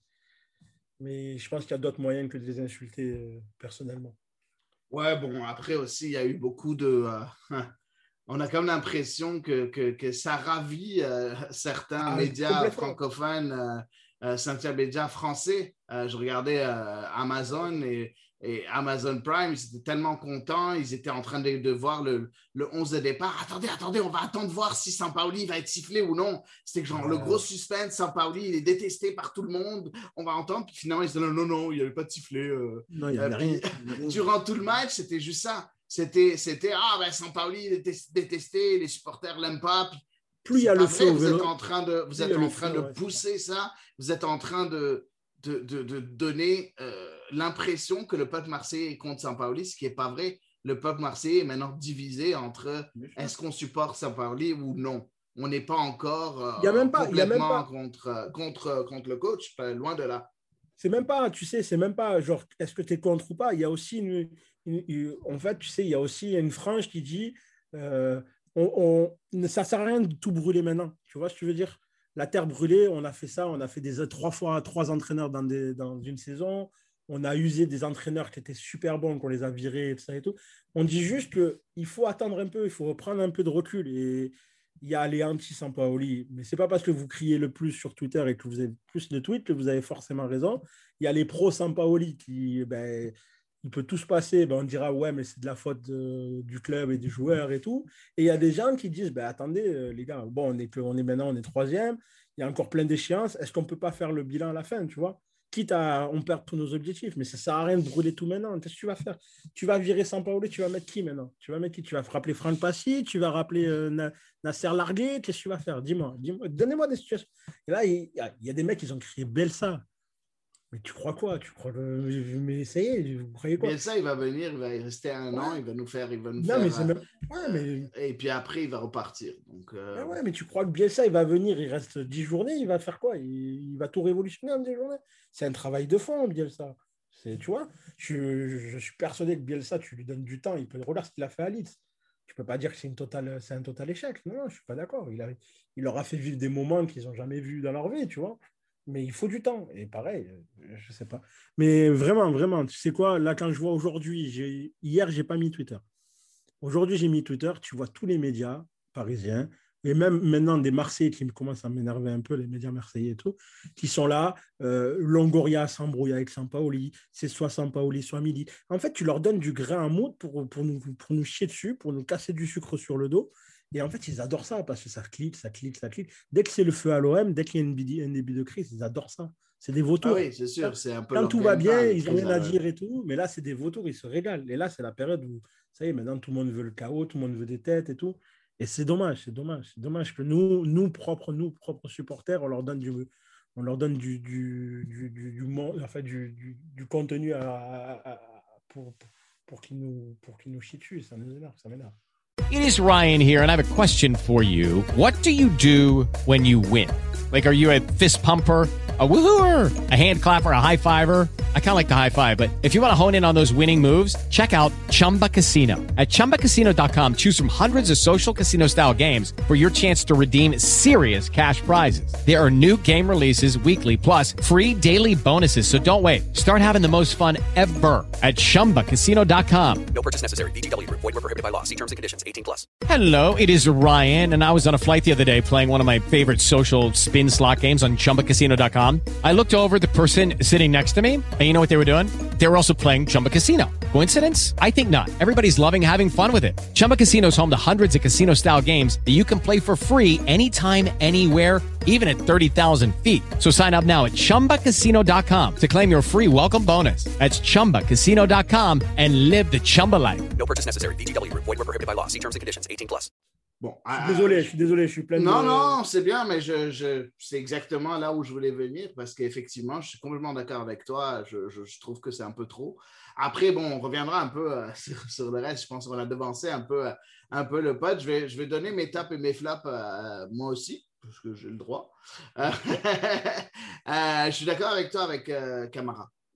mais je pense qu'il y a d'autres moyens que de les insulter euh, personnellement. Ouais, bon, après aussi, il y a eu beaucoup de... Euh, on a comme l'impression que, que, que ça ravit euh, certains Ah, médias complètement. francophones, euh, euh, certains médias français. Euh, je regardais euh, Amazon et, et Amazon Prime, ils étaient tellement contents, ils étaient en train de, de voir le, le onze de départ. Attendez, attendez, on va attendre de voir si Sampaoli va être sifflé ou non. C'était genre le gros suspense, Sampaoli, il est détesté par tout le monde, on va entendre. Puis finalement, ils se disent non, non, non, il n'y avait pas de sifflet. Euh, Non, il n'y euh, avait rien. puis, durant tout le match, c'était juste ça. C'était, c'était ah, ben Sampaoli il est détesté, les supporters ne l'aiment pas. Puis, plus il y a le feu au vous vélo, êtes en train de, vous êtes en train feu, de ouais, pousser ça, vous êtes en train de, de, de, de donner euh, l'impression que le peuple marseillais est contre Sampaoli, ce qui n'est pas vrai. Le peuple marseillais est maintenant divisé entre est-ce qu'on supporte Sampaoli ou non. On n'est pas encore euh, il y a même pas, complètement il y a même pas. Contre, contre, contre le coach, loin de là. C'est même pas, tu sais, c'est même pas genre est-ce que tu es contre ou pas. Il y a aussi une, une, une, en fait, tu sais, il y a aussi une frange qui dit euh, on, on, ça sert à rien de tout brûler maintenant. Tu vois ce que je veux dire? La terre brûlée, on a fait ça, on a fait des trois fois trois entraîneurs dans, des, dans une saison. On a usé des entraîneurs qui étaient super bons, qu'on les a virés et tout ça et tout. On dit juste qu'il faut attendre un peu, il faut prendre un peu de recul. Et il y a les anti-Sampaoli, mais ce n'est pas parce que vous criez le plus sur Twitter et que vous avez plus de tweets que vous avez forcément raison. Il y a les pro-Sampaoli qui, ben, il peut tout se passer, ben, on dira ouais, mais c'est de la faute de, du club et des joueurs et tout. Et il y a des gens qui disent, ben, attendez euh, les gars, bon, on est, on est maintenant, on est troisième, il y a encore plein d'échéances, est-ce qu'on ne peut pas faire le bilan à la fin, tu vois? Quitte à on perd tous nos objectifs, mais ça ne sert à rien de brûler tout maintenant. Qu'est-ce que tu vas faire? Tu vas virer Sampaoli, tu vas mettre qui maintenant? Tu vas mettre qui? Tu vas rappeler Franck Passy, tu vas rappeler euh, Nasser Largué, qu'est-ce que tu vas faire? Dis-moi, dis-moi, donnez-moi des situations. Et là, il y, a, il y a des mecs qui ont crié Bielsa. Mais tu crois quoi? Tu crois que... Mais ça y est, vous croyez quoi? Bielsa, il va venir, il va rester un ouais. an, il va nous faire... Il va nous non, faire mais c'est même... ouais, mais... Et puis après, il va repartir. Donc, euh... mais ouais, mais tu crois que Bielsa, il va venir, il reste dix journées, il va faire quoi? il... il va tout révolutionner en dix journées? C'est un travail de fond, Bielsa. C'est, tu vois, je, je suis persuadé que Bielsa, tu lui donnes du temps, il peut regarder ce qu'il a fait à Leeds. Tu peux pas dire que c'est, une totale, c'est un total échec. Non, non, je suis pas d'accord. Il, a, il leur a fait vivre des moments qu'ils n'ont jamais vus dans leur vie, tu vois. Mais il faut du temps. Et pareil, je sais pas. Mais vraiment, vraiment, tu sais quoi, là, quand je vois aujourd'hui, j'ai, hier, j'ai pas mis Twitter. Aujourd'hui, j'ai mis Twitter, tu vois tous les médias parisiens, et même maintenant des Marseillais qui commencent à m'énerver un peu, les médias marseillais et tout, qui sont là. Euh, Longoria s'embrouille avec Sampaoli, c'est soit Sampaoli, soit Midi. En fait, tu leur donnes du grain à moudre pour, pour, nous, pour nous chier dessus, pour nous casser du sucre sur le dos. Et en fait, ils adorent ça parce que ça clique, ça clique, ça clique. Dès que c'est le feu à l'O M, dès qu'il y a une, un début de crise, ils adorent ça. C'est des vautours. Ah oui, c'est sûr. C'est un peu quand tout va bien, ils n'ont rien à dire et tout. Mais là, c'est des vautours, ils se régalent. Et là, c'est la période où, ça y est, maintenant, tout le monde veut le chaos, tout le monde veut des têtes et tout. Et c'est dommage, c'est dommage. C'est dommage que nous, nous propres, nous, propres supporters, on leur donne du, on leur donne du, du, du, du, du, en fait, du, du, du contenu à, à, à, pour, pour qu'ils nous, pour qu'ils nous chient dessus. Ça nous énerve, ça m'énerve. It is Ryan here, and I have a question for you. What do you do when you win? Like, are you a fist pumper, a woohooer, a hand clapper, a high fiver? I kind of like the high five, but if you want to hone in on those winning moves, check out Chumba Casino. At chumba casino dot com, choose from hundreds of social casino style games for your chance to redeem serious cash prizes. There are new game releases weekly, plus free daily bonuses. So don't wait. Start having the most fun ever at chumba casino dot com. No purchase necessary. V G W Group. Void where prohibited by law. See terms and conditions. eighteen plus. Hello, it is Ryan, and I was on a flight the other day playing one of my favorite social spin slot games on chumba casino dot com. I looked over at the person sitting next to me, and you know what they were doing? They were also playing Chumba Casino. Coincidence? I think not. Everybody's loving having fun with it. Chumba Casino is home to hundreds of casino-style games that you can play for free anytime, anywhere, even at thirty thousand feet. So sign up now at chumba casino dot com to claim your free welcome bonus. That's chumba casino dot com and live the Chumba life. No purchase necessary. V G W Group. Void where prohibited by law. See terms and conditions. eighteen plus. Bon, je suis désolé, je suis désolé, je suis plein de... Non, non, c'est bien, mais je, je, c'est exactement là où je voulais venir parce qu'effectivement, je suis complètement d'accord avec toi. Je, je, je trouve que c'est un peu trop. Après, bon, on reviendra un peu euh, sur, sur le reste. Je pense qu'on a devancé un peu, euh, un peu le pod. Je vais, je vais donner mes tapes et mes flops euh, moi aussi, parce que j'ai le droit. Euh, euh, je suis d'accord avec toi avec euh, Camara.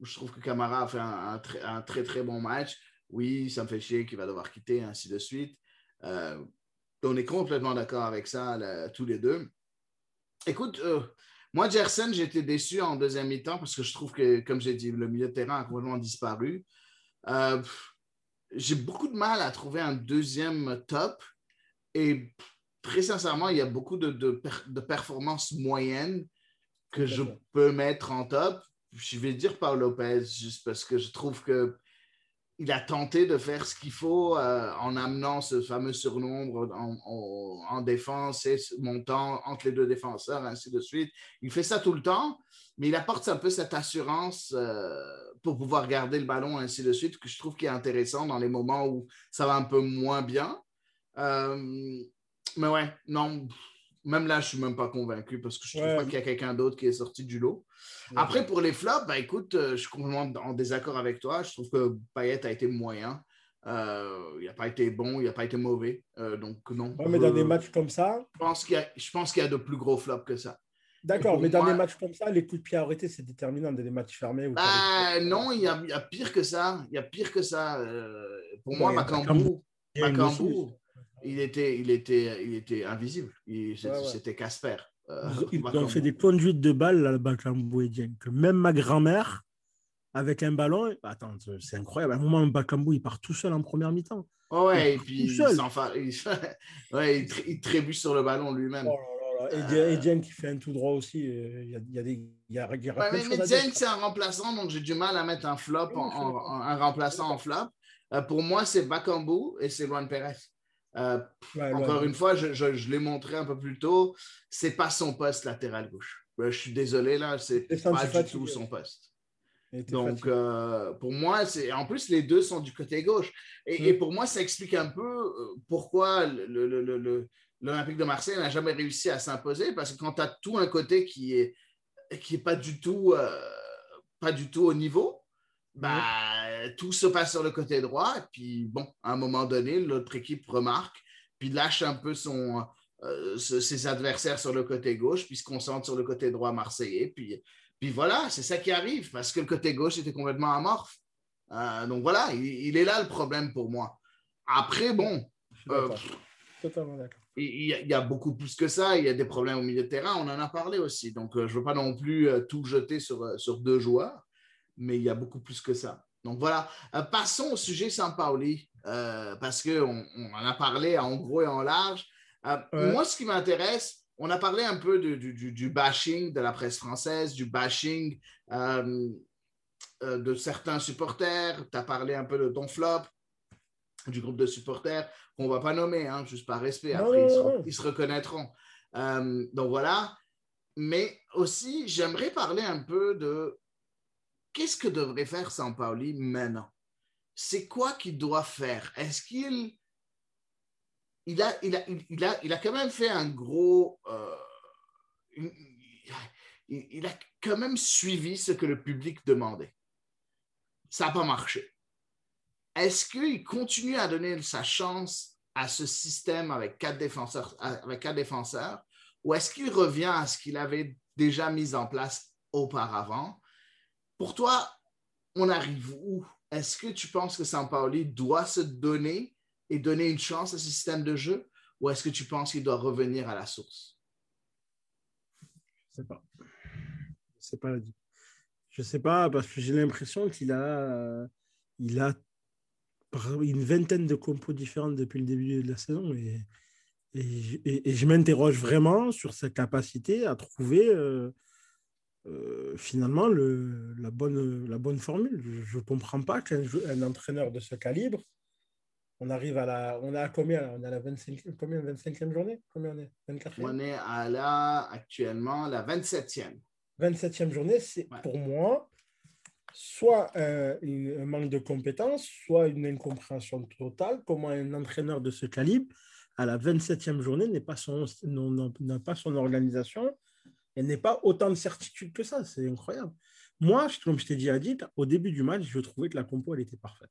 je trouve que Camara a fait un, un, très, un très, très bon match. Oui, ça me fait chier qu'il va devoir quitter, ainsi de suite. Euh, on est complètement d'accord avec ça, là, tous les deux. Écoute, euh, moi, Gerson, j'étais déçu en deuxième mi-temps parce que je trouve que, comme j'ai dit, le milieu de terrain a complètement disparu. Euh, j'ai beaucoup de mal à trouver un deuxième top et très sincèrement, il y a beaucoup de, de, de performances moyennes que je peux mettre en top. Je vais dire par Lopez, juste parce que je trouve qu'il a tenté de faire ce qu'il faut euh, en amenant ce fameux surnombre en, en, en défense et montant entre les deux défenseurs, ainsi de suite. Il fait ça tout le temps, mais il apporte un peu cette assurance euh, pour pouvoir garder le ballon, ainsi de suite, que je trouve qui est intéressant dans les moments où ça va un peu moins bien. Euh, mais ouais, non... Même là, je ne suis même pas convaincu parce que je ne trouve ouais. pas qu'il y a quelqu'un d'autre qui est sorti du lot. Ouais. Après, pour les flops, bah, écoute, euh, je suis complètement en désaccord avec toi. Je trouve que Payet a été moyen. Euh, il n'a pas été bon, il n'a pas été mauvais. Euh, donc, non. Ouais, mais dans des matchs comme ça... Je pense qu'il y a, je pense qu'il y a de plus gros flops que ça. D'accord, mais moi, dans des matchs comme ça, les coups de pied arrêtés, c'est déterminant dans des matchs fermés. Ou bah, non, il y, a, il y a pire que ça. Il y a pire que ça. Euh, pour ouais, moi, Bakambu... Bakambu Il était, il, était, il était invisible. Il, ouais, ouais. C'était Casper. Euh, ils ils ont fait des conduites de balles, là, le Bakambu et Dieng, que même ma grand-mère, avec un ballon, attends, c'est incroyable. À un moment, le Bakambu, il part tout seul en première mi-temps. Oh ouais, et puis il, il, ouais, il, il trébuche sur le ballon lui-même. Oh là là. Et, euh... et Dieng qui fait un tout droit aussi. Il y a, il y a des. Il y a, il y a ouais, mais mais Dieng, c'est un remplaçant, donc j'ai du mal à mettre un flop, oui, en, en, en, un remplaçant en flop. Euh, pour moi, c'est Bakambu et c'est Luan Pérez. Euh, ouais, encore ouais, une ouais. fois, je, je, je l'ai montré un peu plus tôt, c'est pas son poste latéral gauche. Je suis désolé, là, c'est pas du tout son poste. Donc, euh, pour moi, c'est en plus, les deux sont du côté gauche. Et, mmh. et pour moi, ça explique un peu pourquoi le, le, le, le, l'Olympique de Marseille n'a jamais réussi à s'imposer, parce que quand tu as tout un côté qui est, qui est pas du tout, euh, pas du tout au niveau, bah, mmh. tout se passe sur le côté droit. Et puis, bon, à un moment donné, l'autre équipe remarque, puis lâche un peu son, euh, ses adversaires sur le côté gauche, puis se concentre sur le côté droit marseillais. Puis, puis voilà, c'est ça qui arrive, parce que le côté gauche était complètement amorphe. Euh, donc voilà, il, il est là le problème pour moi. Après, bon, euh, totalement d'accord. Il, il y a beaucoup plus que ça. Il y a des problèmes au milieu de terrain, on en a parlé aussi. Donc, euh, je ne veux pas non plus euh, tout jeter sur, sur deux joueurs. Mais il y a beaucoup plus que ça. Donc voilà, euh, passons au sujet Sampaoli, euh, parce qu'on on en a parlé en gros et en large. Euh, ouais. Moi, ce qui m'intéresse, on a parlé un peu de, du, du bashing de la presse française, du bashing euh, euh, de certains supporters. Tu as parlé un peu de ton flop, du groupe de supporters, qu'on ne va pas nommer, hein, juste par respect. Après, non, ils, se, ils se reconnaîtront. Euh, donc voilà. Mais aussi, j'aimerais parler un peu de qu'est-ce que devrait faire Sampaoli maintenant? C'est quoi qu'il doit faire? Est-ce qu'il il a, il a, il a, il a quand même fait un gros... Euh, il, il a quand même suivi ce que le public demandait. Ça n'a pas marché. Est-ce qu'il continue à donner sa chance à ce système avec quatre défenseurs, avec quatre défenseurs ou est-ce qu'il revient à ce qu'il avait déjà mis en place auparavant? Pour toi, on arrive où? Est-ce que tu penses que Sampaoli doit se donner et donner une chance à ce système de jeu ou est-ce que tu penses qu'il doit revenir à la source? Je ne sais pas. Je ne sais pas. Je ne sais pas parce que j'ai l'impression qu'il a, il a une vingtaine de compos différentes depuis le début de la saison et, et, et, et je m'interroge vraiment sur sa capacité à trouver... Euh, Euh, finalement le, la, bonne, la bonne formule. Je ne comprends pas qu'un un entraîneur de ce calibre, on arrive à la... On est à combien? On est à la vingt-cinquième, combien, vingt-cinquième journée? Combien on est? vingt-quatrième? On est à la, actuellement la vingt-septième. vingt-septième journée, c'est ouais. Pour moi soit un, un manque de compétences, soit une incompréhension totale. Comment un entraîneur de ce calibre, à la vingt-septième journée, n'est pas son, n'a pas son organisation. Elle n'est pas autant de certitude que ça. C'est incroyable. Moi, comme je t'ai dit, Adit, au début du match, je trouvais que la compo, elle était parfaite.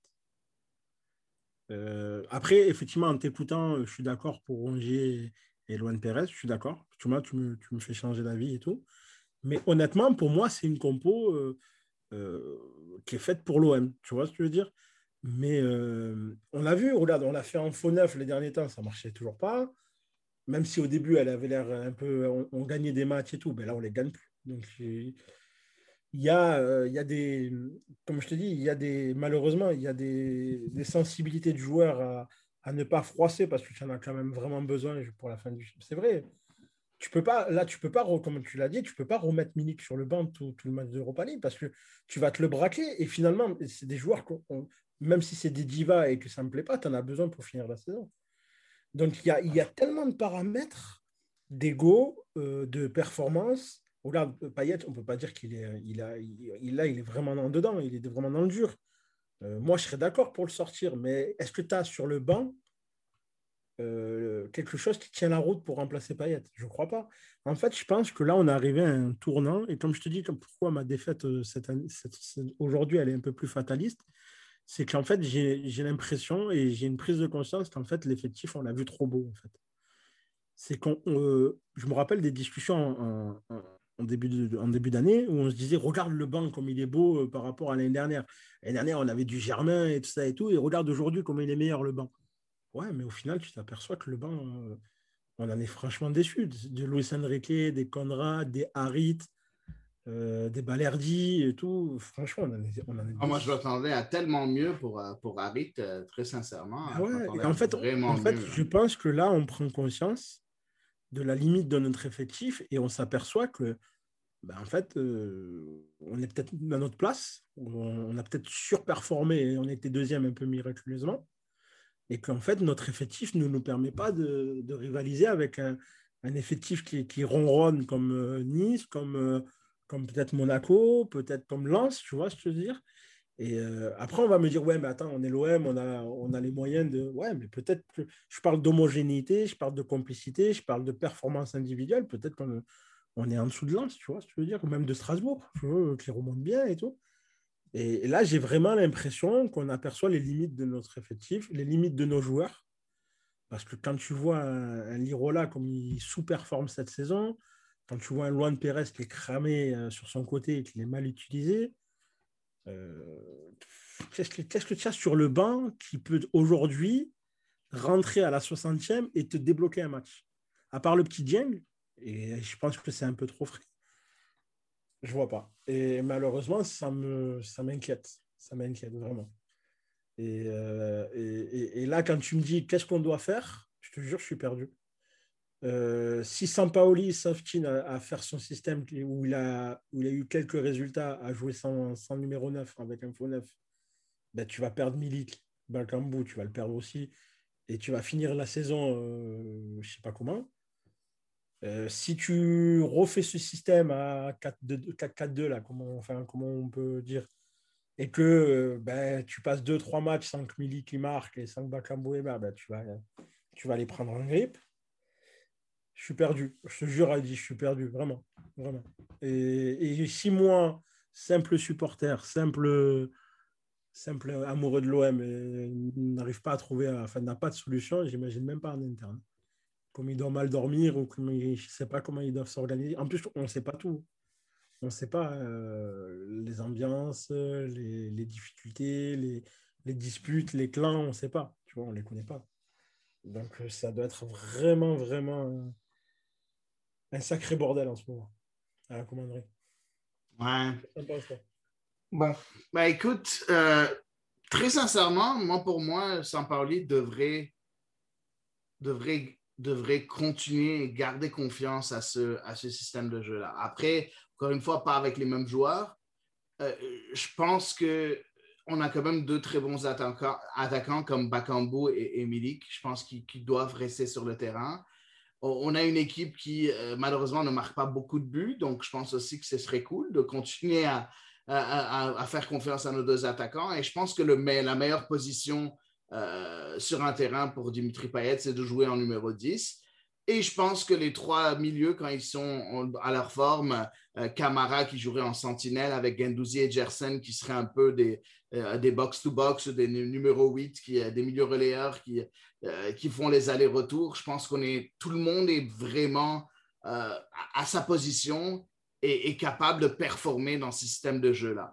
Euh, après, effectivement, en t'écoutant, je suis d'accord pour Rongier et Luan Pérez. Je suis d'accord. Tu, tu, me, tu me fais changer d'avis et tout. Mais honnêtement, pour moi, c'est une compo euh, euh, qui est faite pour l'O M. Tu vois ce que je veux dire? Mais euh, on l'a vu, regarde, on l'a fait en faux neuf les derniers temps, ça ne marchait toujours pas. Même si au début, elle avait l'air un peu. On, on gagnait des matchs et tout, mais là, on ne les gagne plus. Donc, il y a, euh, il y a des. Comme je te dis, il y a des. Malheureusement, il y a des, des sensibilités du joueur à, à ne pas froisser parce que tu en as quand même vraiment besoin pour la fin du. C'est vrai. Tu peux pas, là, tu peux pas, comme tu l'as dit, tu peux pas remettre Milik sur le banc tout, tout le match d'Europa League parce que tu vas te le braquer et finalement, c'est des joueurs, qu'on, même si c'est des divas et que ça ne me plaît pas, tu en as besoin pour finir la saison. Donc, il y a, il y a tellement de paramètres d'ego, euh, de performance. Regarde, Payet, on ne peut pas dire qu'il est, il a, il, il, là, il est vraiment en dedans, il est vraiment dans le dur. Euh, moi, je serais d'accord pour le sortir, mais est-ce que tu as sur le banc Euh, quelque chose qui tient la route pour remplacer Payet? Je ne crois pas. En fait, je pense que là, on est arrivé à un tournant. Et comme je te dis, comme pourquoi ma défaite cette année, cette, cette, aujourd'hui, elle est un peu plus fataliste, c'est qu'en fait, j'ai, j'ai l'impression et j'ai une prise de conscience qu'en fait, l'effectif, on l'a vu trop beau. En fait. C'est qu'on, euh, je me rappelle des discussions en, en, en, début de, en début d'année où on se disait, regarde le banc comme il est beau euh, par rapport à l'année dernière. L'année dernière, on avait du Germain et tout ça et tout. Et regarde aujourd'hui comment il est meilleur, le banc. Ouais, mais au final, tu t'aperçois que le banc, euh, on en est franchement déçu. De Luis Enrique, des Conrad, des Harit, euh, des Balerdi et tout. Franchement, on en est, on en est ah, moi, je m'attendais à tellement mieux pour, pour Harit, euh, très sincèrement. Ah ouais, je en fait, vraiment en fait mieux. je pense que là, on prend conscience de la limite de notre effectif et on s'aperçoit que, ben, en fait, euh, on est peut-être à notre place. On, on a peut-être surperformé et on était deuxième un peu miraculeusement. Et qu'en fait, notre effectif ne nous permet pas de, de rivaliser avec un, un effectif qui, qui ronronne comme euh, Nice, comme, euh, comme peut-être Monaco, peut-être comme Lens, tu vois ce que je veux dire. Et euh, après, on va me dire, ouais, mais attends, on est l'O M, on a, on a les moyens de... Ouais, mais peut-être que je parle d'homogénéité, je parle de complicité, je parle de performance individuelle, peut-être qu'on on est en dessous de Lens, tu vois ce que je veux dire, ou même de Strasbourg, tu vois, qui remonte bien et tout. Et là, j'ai vraiment l'impression qu'on aperçoit les limites de notre effectif, les limites de nos joueurs. Parce que quand tu vois un, un Lirola comme il sous-performe cette saison, quand tu vois un Luan Pérez qui est cramé euh, sur son côté et qui est mal utilisé, euh, qu'est-ce que, qu'est-ce que tu as sur le banc qui peut aujourd'hui rentrer à la soixantième et te débloquer un match? À part le petit Dieng, et je pense que c'est un peu trop frais. Je vois pas. Et malheureusement, ça, me, ça m'inquiète. Ça m'inquiète vraiment. Et, euh, et, et, et là, quand tu me dis qu'est-ce qu'on doit faire, je te jure, je suis perdu. Euh, si Sampaoli s'obstine à, à faire son système où il, a, où il a eu quelques résultats, à jouer sans, sans numéro neuf, avec un faux neuf, ben, tu vas perdre Milik, Bakambu, tu vas le perdre aussi. Et tu vas finir la saison, euh, je ne sais pas comment. Euh, si tu refais ce système à quatre quatre deux, là, comment, enfin, comment on peut dire, et que euh, ben, tu passes deux trois matchs sans que Milik qui marque et sans que Bakambu ben, tu, vas, tu vas les prendre en grippe. Je suis perdu. Je te jure, Adi, je suis perdu, vraiment. vraiment. Et, et si moi, simple supporter, simple, simple amoureux de l'O M, n'arrive pas à trouver, enfin, n'a pas de solution, j'imagine même pas en interne. Comme ils doivent mal dormir ou comme ils, je ne sais pas comment ils doivent s'organiser. En plus, on ne sait pas tout. On ne sait pas euh, les ambiances, les, les difficultés, les, les disputes, les clans, on ne sait pas. Tu vois, on ne les connaît pas. Donc, ça doit être vraiment, vraiment un sacré bordel en ce moment à la commanderie. Ouais. Bon, ben écoute, euh, très sincèrement, moi, pour moi, Sampaoli devrait, devrait devrait continuer et garder confiance à ce, à ce système de jeu-là. Après, encore une fois, pas avec les mêmes joueurs. Euh, je pense qu'on a quand même deux très bons attaquants, attaquants comme Bakambu et, et Milik. Je pense qu'ils, qu'ils doivent rester sur le terrain. On a une équipe qui, euh, malheureusement, ne marque pas beaucoup de buts. Donc, je pense aussi que ce serait cool de continuer à, à, à, à faire confiance à nos deux attaquants. Et je pense que le, la meilleure position Euh, sur un terrain pour Dimitri Payet, c'est de jouer en numéro dix. Et je pense que les trois milieux, quand ils sont à leur forme, euh, Camara qui jouerait en sentinelle avec Guendouzi et Gerson qui seraient un peu des, euh, des box-to-box, des numéro huit, qui, des milieux relayeurs qui, euh, qui font les allers-retours. Je pense qu'on est, tout le monde est vraiment euh, à, à sa position et est capable de performer dans ce système de jeu-là.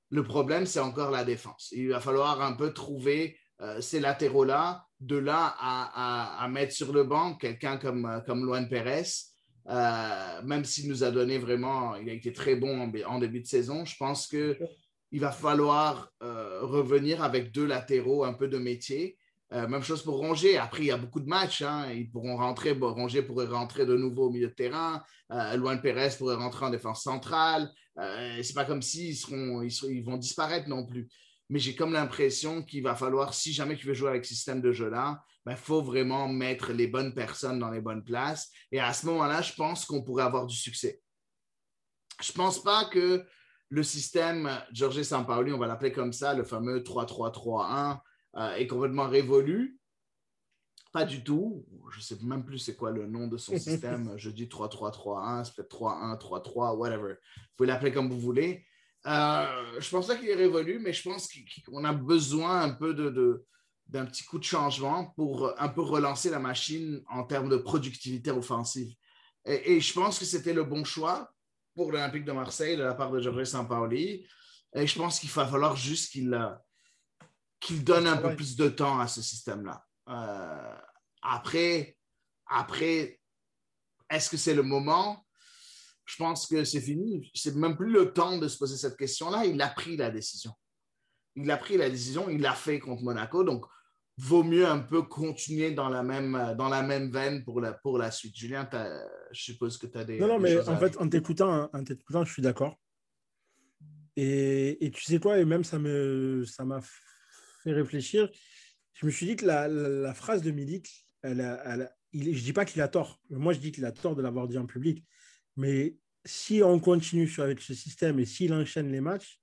Le problème, c'est encore la défense. Il va falloir un peu trouver euh, ces latéraux-là, de là à, à, à mettre sur le banc quelqu'un comme, comme Luan Pérez, euh, même s'il nous a donné vraiment, il a été très bon en, en début de saison. Je pense qu'il va falloir euh, revenir avec deux latéraux un peu de métier. Euh, même chose pour Rongier. Après, il y a beaucoup de matchs. Hein. Ils pourront rentrer. Bon, Rongier pourrait rentrer de nouveau au milieu de terrain. Euh, Luan Pérez pourrait rentrer en défense centrale. Euh, c'est pas comme s'ils seront, ils, seront, ils vont disparaître non plus. Mais j'ai comme l'impression qu'il va falloir, si jamais tu veux jouer avec ce système de jeu-là, il ben, faut vraiment mettre les bonnes personnes dans les bonnes places. Et à ce moment-là, je pense qu'on pourrait avoir du succès. Je pense pas que le système Jorge Sampaoli, on va l'appeler comme ça, le fameux trois trois trois un, Euh, est complètement révolu. Pas du tout. Je ne sais même plus c'est quoi le nom de son système. Je dis trois trois trois un, c'est peut-être trois un trois trois, whatever. Vous pouvez l'appeler comme vous voulez. Euh, je pense pas qu'il est révolu, mais je pense qu'on a besoin un peu de, de, d'un petit coup de changement pour un peu relancer la machine en termes de productivité offensive. Et, et je pense que c'était le bon choix pour l'Olympique de Marseille de la part de Jorge Sampaoli. Et je pense qu'il va falloir juste qu'il... qu'il donne un peu plus de temps à ce système-là. Euh, après, après, est-ce que c'est le moment? Je pense que c'est fini. C'est même plus le temps de se poser cette question-là. Il a pris la décision. Il a pris la décision, il l'a fait contre Monaco, donc vaut mieux un peu continuer dans la même, dans la même veine pour la, pour la suite. Julien, je suppose que tu as des... Non, non, des mais choses en à fait, ajouter. en t'écoutant, en t'écoutant, je suis d'accord. Et, et tu sais quoi, et même ça, me, ça m'a fait réfléchir. Je me suis dit que la, la, la phrase de Milik, elle a, elle a, il, je ne dis pas qu'il a tort. Moi, je dis qu'il a tort de l'avoir dit en public. Mais si on continue sur, avec ce système et s'il enchaîne les matchs,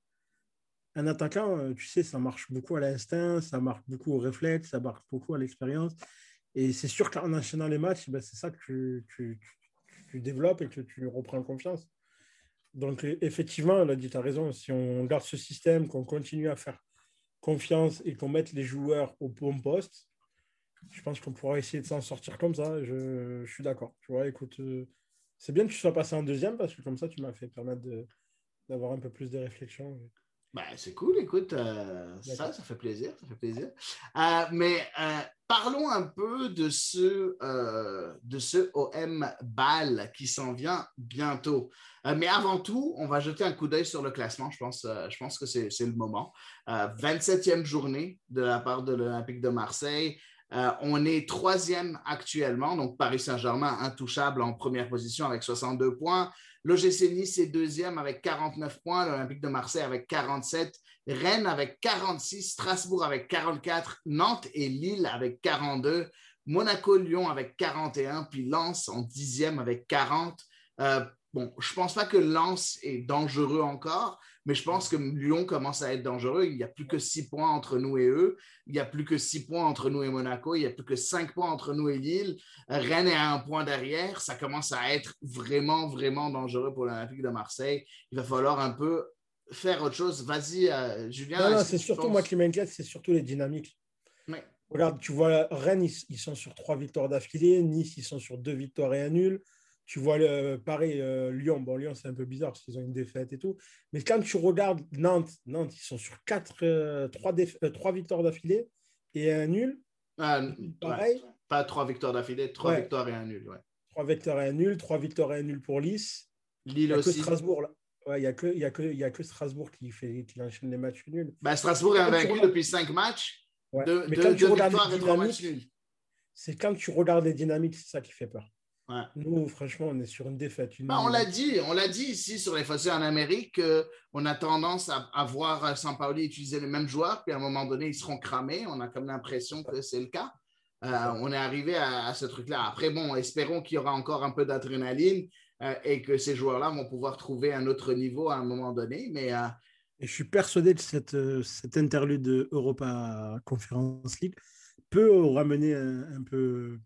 un attaquant, tu sais, ça marche beaucoup à l'instinct, ça marche beaucoup au réflexe, ça marche beaucoup à l'expérience. Et c'est sûr qu'en enchaînant les matchs, ben, c'est ça que tu, tu, tu, tu développes et que tu reprends confiance. Donc, effectivement, là, tu as raison. Si on garde ce système, qu'on continue à faire confiance et qu'on mette les joueurs au bon poste, je pense qu'on pourra essayer de s'en sortir comme ça. Je, je suis d'accord. Tu vois, écoute, euh, c'est bien que tu sois passé en deuxième parce que comme ça, tu m'as fait permettre de, d'avoir un peu plus de réflexion. Ben, c'est cool, écoute, euh, ça, ça fait plaisir, ça fait plaisir. Euh, mais euh, parlons un peu de ce, euh, de ce O M Bâle qui s'en vient bientôt. Euh, mais avant tout, on va jeter un coup d'œil sur le classement. Je pense, euh, je pense que c'est, c'est le moment. Euh, vingt-septième journée de la part de l'Olympique de Marseille. Euh, on est troisième actuellement, donc Paris Saint-Germain intouchable en première position avec soixante-deux points. L'O G C Nice est deuxième avec quarante-neuf points, l'Olympique de Marseille avec quarante-sept, Rennes avec quarante-six, Strasbourg avec quarante-quatre, Nantes et Lille avec quarante-deux, Monaco-Lyon avec quarante et un, puis Lens en dixième avec quarante. Euh, bon, je ne pense pas que Lens est dangereux encore, mais je pense que Lyon commence à être dangereux. Il n'y a plus que six points entre nous et eux. Il n'y a plus que six points entre nous et Monaco. Il n'y a plus que cinq points entre nous et Lille. Rennes est à un point derrière. Ça commence à être vraiment, vraiment dangereux pour l'Olympique de Marseille. Il va falloir un peu faire autre chose. Vas-y, euh, Julien. Non, non, c'est surtout, penses... moi qui m'inquiète, c'est surtout les dynamiques. Oui. Regarde, tu vois, Rennes, ils, ils sont sur trois victoires d'affilée. Nice, ils sont sur deux victoires et un nul. Tu vois, le, pareil, euh, Lyon. Bon, Lyon, c'est un peu bizarre parce qu'ils ont une défaite et tout. Mais quand tu regardes Nantes, Nantes, ils sont sur quatre, euh, trois, déf- euh, trois victoires d'affilée et un nul. Euh, pareil. Ouais. Pas trois victoires d'affilée, trois ouais. victoires et un nul. Ouais. Trois victoires et un nul, trois victoires et un nul pour Nice. Lille il aussi. Que Strasbourg, là. Ouais, il n'y a, a, a que Strasbourg qui, fait, qui enchaîne les matchs nuls. Ben, Strasbourg est invaincu regardes... depuis cinq matchs. Ouais. Deux, Mais deux, quand tu deux regardes victoires les et trois matchs nuls. C'est quand tu regardes les dynamiques, c'est ça qui fait peur. Ouais. Nous, franchement, on est sur une défaite. Une ben, on l'a dit, on l'a dit ici sur les fossés en Amérique, euh, on a tendance à, à voir Sampaoli utiliser les mêmes joueurs, puis à un moment donné, ils seront cramés. On a comme l'impression que c'est le cas. Euh, on est arrivé à, à ce truc-là. Après, bon, espérons qu'il y aura encore un peu d'adrénaline euh, et que ces joueurs-là vont pouvoir trouver un autre niveau à un moment donné. Mais, euh... et je suis persuadé que cette, euh, cette interlude de Europa Conference League peut ramener un, un peu,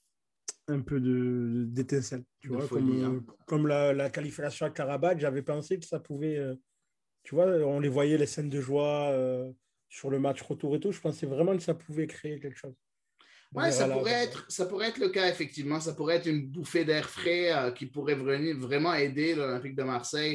un peu de, d'étincelle. Tu de vois, folie, comme, hein. comme la, la qualification à Karabakh, j'avais pensé que ça pouvait... Euh, tu vois, on les voyait, les scènes de joie euh, sur le match retour et tout. Je pensais vraiment que ça pouvait créer quelque chose. Oui, ça, ça pourrait être le cas, effectivement. Ça pourrait être une bouffée d'air frais euh, qui pourrait venir, vraiment aider l'Olympique de Marseille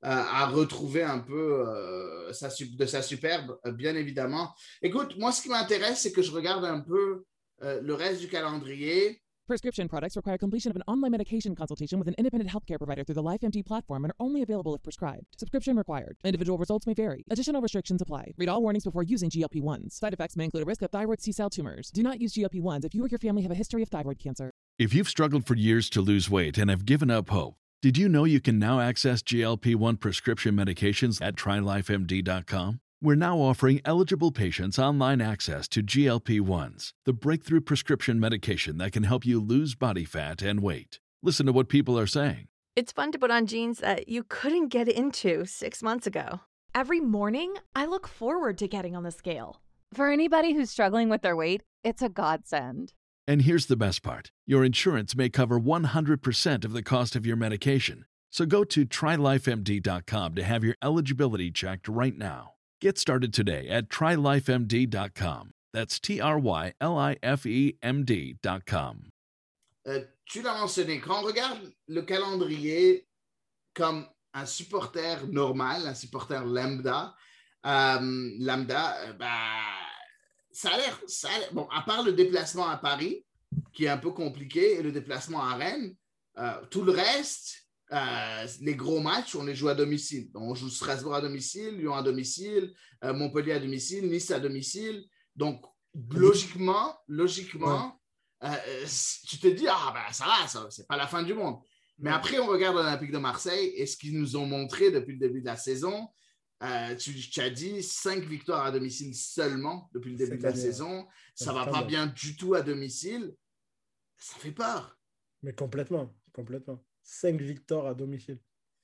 à retrouver un peu euh, sa, de sa superbe, euh, bien évidemment. Écoute, moi, ce qui m'intéresse, c'est que je regarde un peu euh, le reste du calendrier. Prescription products require completion of an online medication consultation with an independent healthcare provider through the LifeMD platform and are only available if prescribed. Subscription required. Individual results may vary. Additional restrictions apply. Read all warnings before using G L P ones. Side effects may include a risk of thyroid C-cell tumors. Do not use G L P ones if you or your family have a history of thyroid cancer. If you've struggled for years to lose weight and have given up hope, did you know you can now access G L P one prescription medications at try life M D dot com? We're now offering eligible patients online access to G L P ones, the breakthrough prescription medication that can help you lose body fat and weight. Listen to what people are saying. It's fun to put on jeans that you couldn't get into six months ago. Every morning, I look forward to getting on the scale. For anybody who's struggling with their weight, it's a godsend. And here's the best part. Your insurance may cover one hundred percent of the cost of your medication. So go to try life M D dot com to have your eligibility checked right now. Get started today at try life M D dot com. That's T R Y L I F E M D dot com. Euh, tu l'as mentionné, quand on regarde le calendrier comme un supporter normal, un supporter lambda, euh, lambda, euh, bah, ça a l'air, ça a l'air, bon, à part le déplacement à Paris, qui est un peu compliqué, et le déplacement à Rennes, euh, tout le reste, Euh, les gros matchs, on les joue à domicile. Donc, on joue Strasbourg à domicile, Lyon à domicile, euh, Montpellier à domicile, Nice à domicile. Donc, logiquement, logiquement, ouais. euh, tu te dis, ah ben ça va, ça, c'est pas la fin du monde. Mais ouais. Après, on regarde l'Olympique de Marseille et ce qu'ils nous ont montré depuis le début de la saison. Euh, tu, tu as dit cinq victoires à domicile seulement depuis le début de la saison. Ça ne va pas bien du tout à domicile. Ça fait peur. Mais complètement, complètement. Cinq victoires à domicile.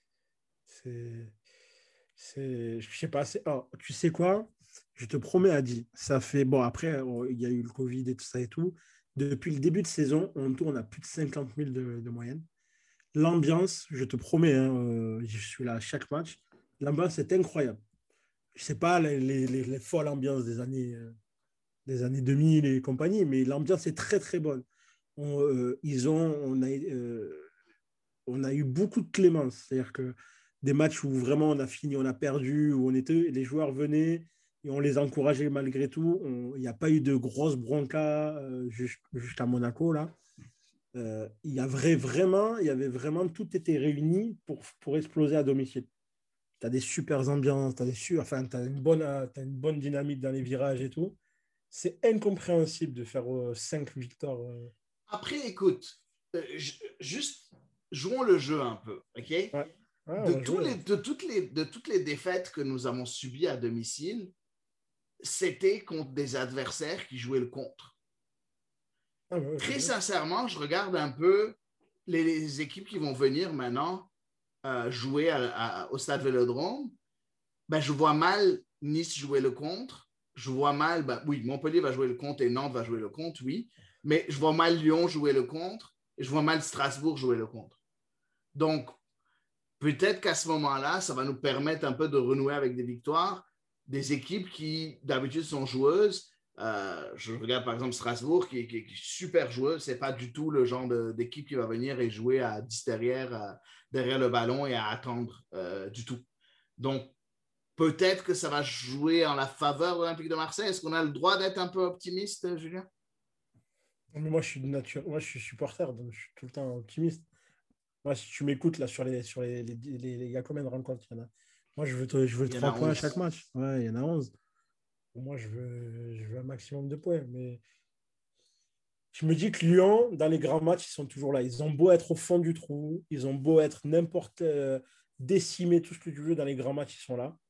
C'est, c'est, je sais pas. C'est, oh, tu sais quoi? Je te promets, Adi, ça fait bon. Après, oh, il y a eu le Covid et tout ça et tout. Depuis le début de saison, on tourne à plus de cinquante mille de, de moyenne. L'ambiance, je te promets, hein, euh, je suis là à chaque match. L'ambiance est incroyable. Je sais pas les, les, les, les folles ambiances des années, euh, des années deux mille et compagnie, mais l'ambiance est très très bonne. On, euh, ils ont, on a. Euh, On a eu beaucoup de clémence, c'est-à-dire que des matchs où vraiment on a fini, on a perdu, où on était, les joueurs venaient et on les encourageait malgré tout. Il n'y a pas eu de grosses broncas euh, jusqu'à Monaco là. Euh, il y a vrai, vraiment, il y avait vraiment tout était réuni pour, pour exploser à domicile. Tu as des super ambiances, tu as des su- enfin, tu as une bonne, t'as une bonne dynamique dans les virages et tout. C'est incompréhensible de faire euh, cinq victoires. Euh... Après, écoute, euh, juste jouons le jeu un peu, OK? Ouais. Ouais, de, tous les, de, toutes les, de toutes les défaites que nous avons subies à domicile, c'était contre des adversaires qui jouaient le contre. Ah, ouais, Très sincèrement, je regarde un peu les, les équipes qui vont venir maintenant euh, jouer à, à, au Stade Vélodrome. Ben, je vois mal Nice jouer le contre. Je vois mal, ben, oui, Montpellier va jouer le contre et Nantes va jouer le contre, oui. Mais je vois mal Lyon jouer le contre et je vois mal Strasbourg jouer le contre. Donc, peut-être qu'à ce moment-là, ça va nous permettre un peu de renouer avec des victoires, des équipes qui, d'habitude, sont joueuses. Euh, je regarde, par exemple, Strasbourg, qui, qui, qui est super joueuse. Ce n'est pas du tout le genre de, d'équipe qui va venir et jouer à dix derrière, euh, derrière le ballon et à attendre euh, du tout. Donc, peut-être que ça va jouer en la faveur de l'Olympique de Marseille. Est-ce qu'on a le droit d'être un peu optimiste, Julien? Moi, je suis de nature. Moi, je suis supporter, donc je suis tout le temps optimiste. Moi, si tu m'écoutes là sur les sur les, les, les, les, il y a combien de rencontres il y en a? Moi, je veux, te, je veux trois points à chaque match. Ouais, il y en a onze. Pour moi, je veux, je veux un maximum de points. Mais je me dis que Lyon, dans les grands matchs, ils sont toujours là. Ils ont beau être au fond du trou, ils ont beau être n'importe euh, décimés, tout ce que tu veux, dans les grands matchs, ils sont là.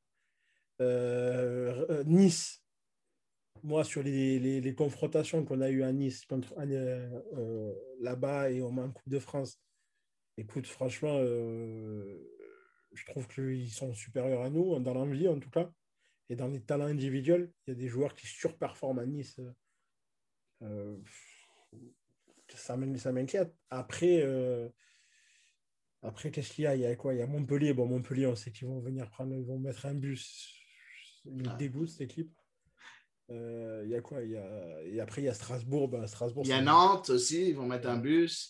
Euh, euh, Nice, moi, sur les, les, les confrontations qu'on a eues à Nice, contre, euh, euh, là-bas et au en Coupe de France, écoute, franchement, euh, je trouve qu'ils sont supérieurs à nous, dans l'envie en tout cas. Et dans les talents individuels, il y a des joueurs qui surperforment à Nice. Euh, ça m'inquiète. Après, euh, après, qu'est-ce qu'il y a? Il y a quoi? Il y a Montpellier. Bon, Montpellier, on sait qu'ils vont venir prendre, ils vont mettre un bus. Ils me dégoûtent, cette équipe. Euh, il y a quoi? Il y a... Et après, il y a Strasbourg. Ben, Strasbourg il y a Nantes aussi, ils vont mettre un bus.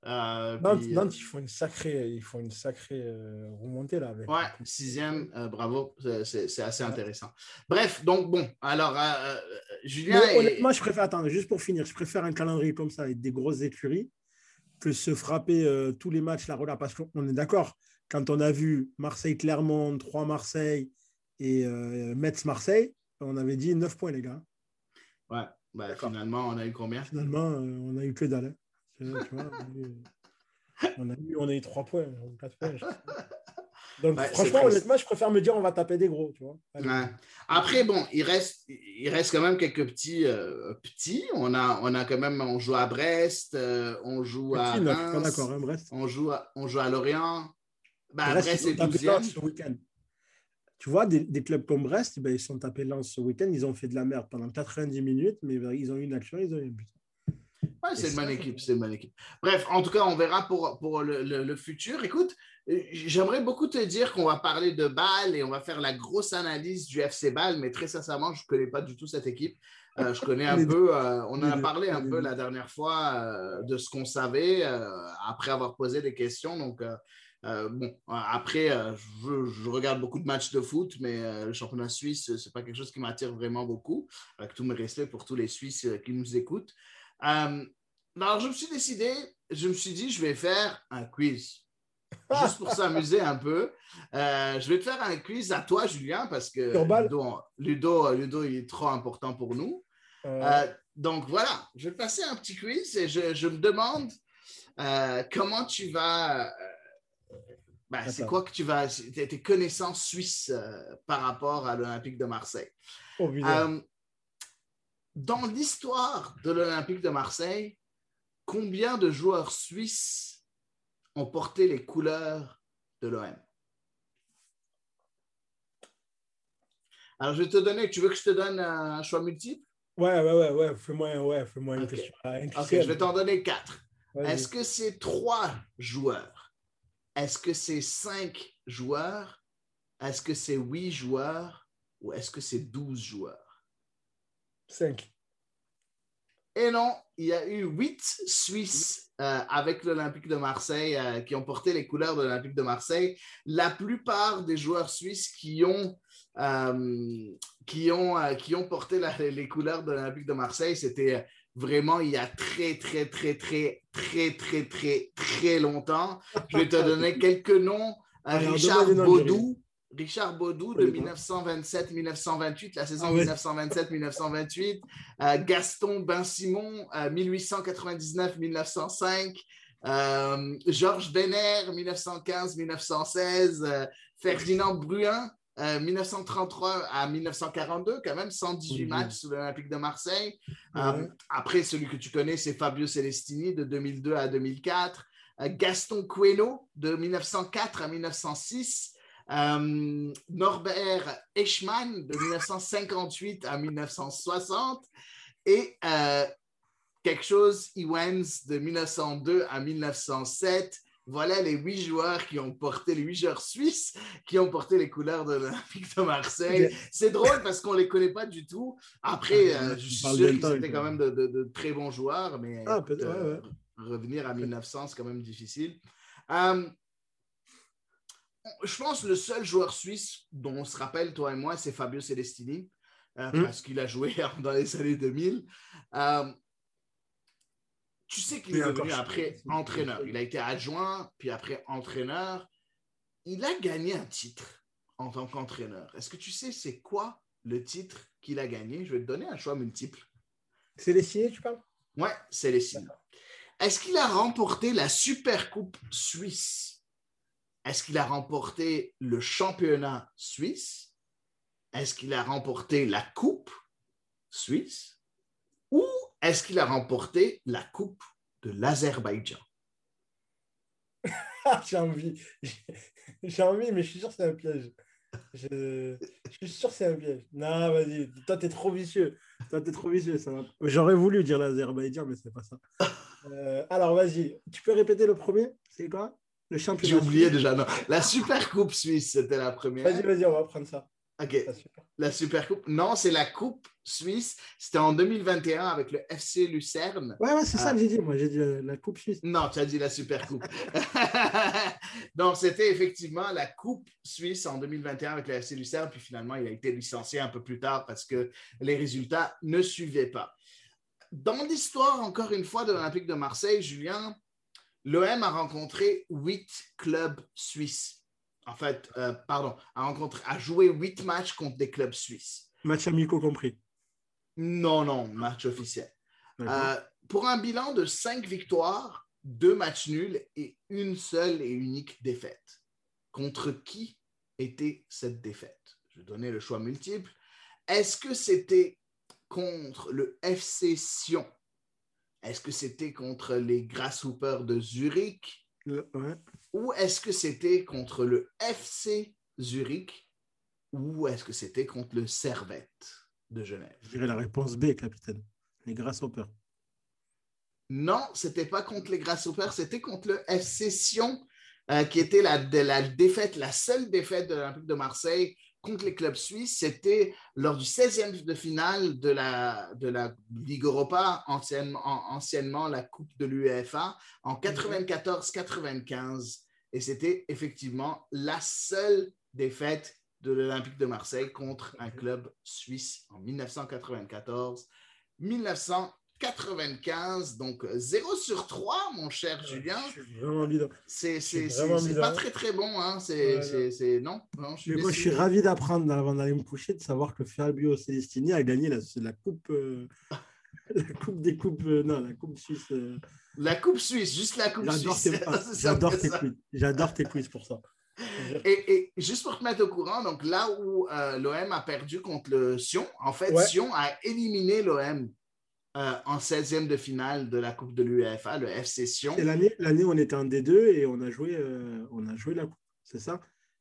Euh, Nantes, puis, Nantes, ils font une sacrée, ils font une sacrée euh, remontée là. Avec ouais, sixième, euh, bravo, c'est, c'est, c'est assez ouais. intéressant. Bref, donc bon, alors euh, Julien. Mais, est... Honnêtement, je préfère, attendre, juste pour finir, je préfère un calendrier comme ça avec des grosses écuries que se frapper euh, tous les matchs là, là, parce qu'on est d'accord, quand on a vu Marseille-Clermont, trois Marseille et euh, Metz-Marseille, on avait dit neuf points, les gars. Ouais, bah, finalement, on a eu combien? Finalement, euh, on a eu que dalle. Tu vois, on, a eu, on, a eu, on a eu trois points, quatre points. Donc, ouais, franchement, honnêtement, je préfère me dire on va taper des gros, tu vois. Ouais. Après, bon, il reste, il reste quand même quelques petits euh, petits. On a, on a quand même, on joue à Brest, euh, on joue à Petit, Reims, non, d'accord, hein, Brest. On joue à, on joue à Lorient. Bah, Brest, Brest c'est douzième. Ce week-end. Tu vois, des, des clubs comme Brest, ben, ils sont tapés Lens ce week-end. Ils ont fait de la merde pendant quatre-vingt-dix minutes, mais ben, ils ont eu une action, ils ont eu un but. Ouais, c'est une bonne équipe, c'est une bonne équipe. Bref, en tout cas, on verra pour, pour le, le, le futur. Écoute, j'aimerais beaucoup te dire qu'on va parler de Bâle et on va faire la grosse analyse du F C Bâle, mais très sincèrement, je ne connais pas du tout cette équipe. Euh, je connais un peu, euh, on en a parlé un peu la dernière fois euh, de ce qu'on savait euh, après avoir posé des questions. Donc, euh, euh, bon, après, euh, je, je regarde beaucoup de matchs de foot, mais euh, le championnat suisse, ce n'est pas quelque chose qui m'attire vraiment beaucoup, avec tout mes respects pour tous les Suisses euh, qui nous écoutent. Euh, alors, je me suis décidé, je me suis dit, je vais faire un quiz. Juste pour s'amuser un peu. Euh, je vais te faire un quiz à toi, Julien, parce que Ludo, Ludo, Ludo il est trop important pour nous. Euh... Euh, donc, voilà, je vais passer un petit quiz et je, je me demande euh, comment tu vas... Euh, ben, c'est quoi que tu vas... Tes, tes connaissances suisses euh, par rapport à l'Olympique de Marseille. Oh, euh, dans l'histoire de l'Olympique de Marseille, combien de joueurs suisses ont porté les couleurs de l'O M? Alors, je vais te donner, tu veux que je te donne un choix multiple? Ouais, ouais, ouais, ouais. Fais-moi, ouais, fais-moi une okay. question. Une ok, je vais t'en donner quatre. Vas-y. Est-ce que c'est trois joueurs? Est-ce que c'est cinq joueurs? Est-ce que c'est huit joueurs? Ou est-ce que c'est douze joueurs? cinq. Et non, il y a eu huit Suisses euh, avec l'Olympique de Marseille euh, qui ont porté les couleurs de l'Olympique de Marseille. La plupart des joueurs suisses qui ont, euh, qui ont, euh, qui ont porté la, les couleurs de l'Olympique de Marseille, c'était vraiment il y a très, très, très, très, très, très, très, très longtemps. Je vais te donner quelques noms. Euh, Alors, Richard Baudou. Richard Baudou de dix-neuf cent vingt-sept à dix-neuf cent vingt-huit, la saison ah, oui. dix-neuf cent vingt-sept à dix-neuf cent vingt-huit. Euh, Gaston Ben-Simon, euh, dix-huit cent quatre-vingt-dix-neuf à dix-neuf cent cinq. Euh, Georges Benner, dix-neuf cent quinze à dix-neuf cent seize. Euh, Ferdinand Bruin, euh, dix-neuf cent trente-trois à dix-neuf cent quarante-deux, quand même cent dix-huit oui. matchs sous l'Olympique de Marseille. Euh, ouais. Après, celui que tu connais, c'est Fabio Celestini de deux mille deux à deux mille quatre. Euh, Gaston Queno de dix-neuf cent quatre à dix-neuf cent six. Euh, Norbert Eichmann de dix-neuf cent cinquante-huit à dix-neuf cent soixante et euh, quelque chose Ewens de dix-neuf cent deux à dix-neuf cent sept. Voilà les huit joueurs qui ont porté, les huit joueurs suisses qui ont porté les couleurs de l'Olympique de Marseille. Okay. C'est drôle parce qu'on ne les connaît pas du tout. Après, euh, je suis sûr qu'ils étaient quand même de, de, de très bons joueurs, mais ah, peut-être, euh, ouais, ouais. revenir à mille neuf cents, c'est quand même difficile. Euh, Je pense que le seul joueur suisse dont on se rappelle, toi et moi, c'est Fabio Celestini, euh, mmh. parce qu'il a joué dans les années deux mille. Euh, tu sais qu'il est devenu après entraîneur. Il a été adjoint, puis après entraîneur. Il a gagné un titre en tant qu'entraîneur. Est-ce que tu sais c'est quoi le titre qu'il a gagné? Je vais te donner un choix multiple. Celestini, tu parles? Oui, Celestini. Est-ce qu'il a remporté la Supercoupe suisse? Est-ce qu'il a remporté le championnat suisse? Est-ce qu'il a remporté la coupe suisse? Ou est-ce qu'il a remporté la coupe de l'Azerbaïdjan? J'ai envie. J'ai envie, mais je suis sûr que c'est un piège. Je, je suis sûr que c'est un piège. Non, vas-y. Toi, t'es trop vicieux. Toi, t'es trop vicieux. Ça va. J'aurais voulu dire l'Azerbaïdjan, mais c'est pas ça. Euh, alors, vas-y. Tu peux répéter le premier? C'est quoi? Le championnat. J'ai oublié déjà, non. La Super Coupe suisse, c'était la première. Vas-y, vas-y, on va prendre ça. OK. La Supercoupe. Non, c'est la Coupe suisse. C'était en deux mille vingt et un avec le F C Lucerne. Ouais, ouais, c'est euh, ça que j'ai dit. Moi, j'ai dit euh, la Coupe suisse. Non, tu as dit la Supercoupe. Donc, c'était effectivement la Coupe suisse en deux mille vingt et un avec le F C Lucerne. Puis finalement, il a été licencié un peu plus tard parce que les résultats ne suivaient pas. Dans l'histoire, encore une fois, de l'Olympique de Marseille, Julien, l'O M a rencontré huit clubs suisses. En fait, euh, pardon, a, rencontré, a joué huit matchs contre des clubs suisses. Match amicaux compris. Non, non, match officiel. Euh, pour un bilan de cinq victoires, deux matchs nuls et une seule et unique défaite. Contre qui était cette défaite? Je vais donner le choix multiple. Est-ce que c'était contre le F C Sion? Est-ce que c'était contre les Grasshoppers de Zurich? Le, ouais. Ou est-ce que c'était contre le F C Zurich? Ou est-ce que c'était contre le Servette de Genève? Je dirais la réponse B, capitaine. Les Grasshoppers. Non, ce n'était pas contre les Grasshoppers, c'était contre le F C Sion, euh, qui était la, de, la défaite, la seule défaite de l'Olympique de Marseille contre les clubs suisses. C'était lors du seizième de finale de la, de la Ligue Europa, anciennement, anciennement la Coupe de l'UEFA, en quatre-vingt-quatorze quatre-vingt-quinze. Et c'était effectivement la seule défaite de l'Olympique de Marseille contre un club suisse en mille neuf cent quatre-vingt-quatorze mille neuf cent quatre-vingt-quinze. Donc, zéro sur trois, mon cher Julien. Je suis vraiment bidon. C'est, c'est, c'est, c'est pas très, très bon. Hein. C'est, ouais, c'est, c'est... Non, non je suis Mais moi, je suis ravi d'apprendre, avant d'aller me coucher, de savoir que Fabio Celestini a gagné la, la coupe, euh, la coupe des coupes, euh, non, la coupe suisse. Euh... La coupe suisse, juste la coupe j'adore suisse. Tes, ah, j'adore, tes quiz. j'adore tes quiz pour ça. Et, et juste pour te mettre au courant, donc là où euh, l'O M a perdu contre le Sion, en fait, ouais. Sion a éliminé l'O M euh, en seizième de finale de la Coupe de l'UEFA, le F C Sion. C'est l'année, l'année où on était en D deux et on a joué, euh, on a joué la Coupe, c'est ça?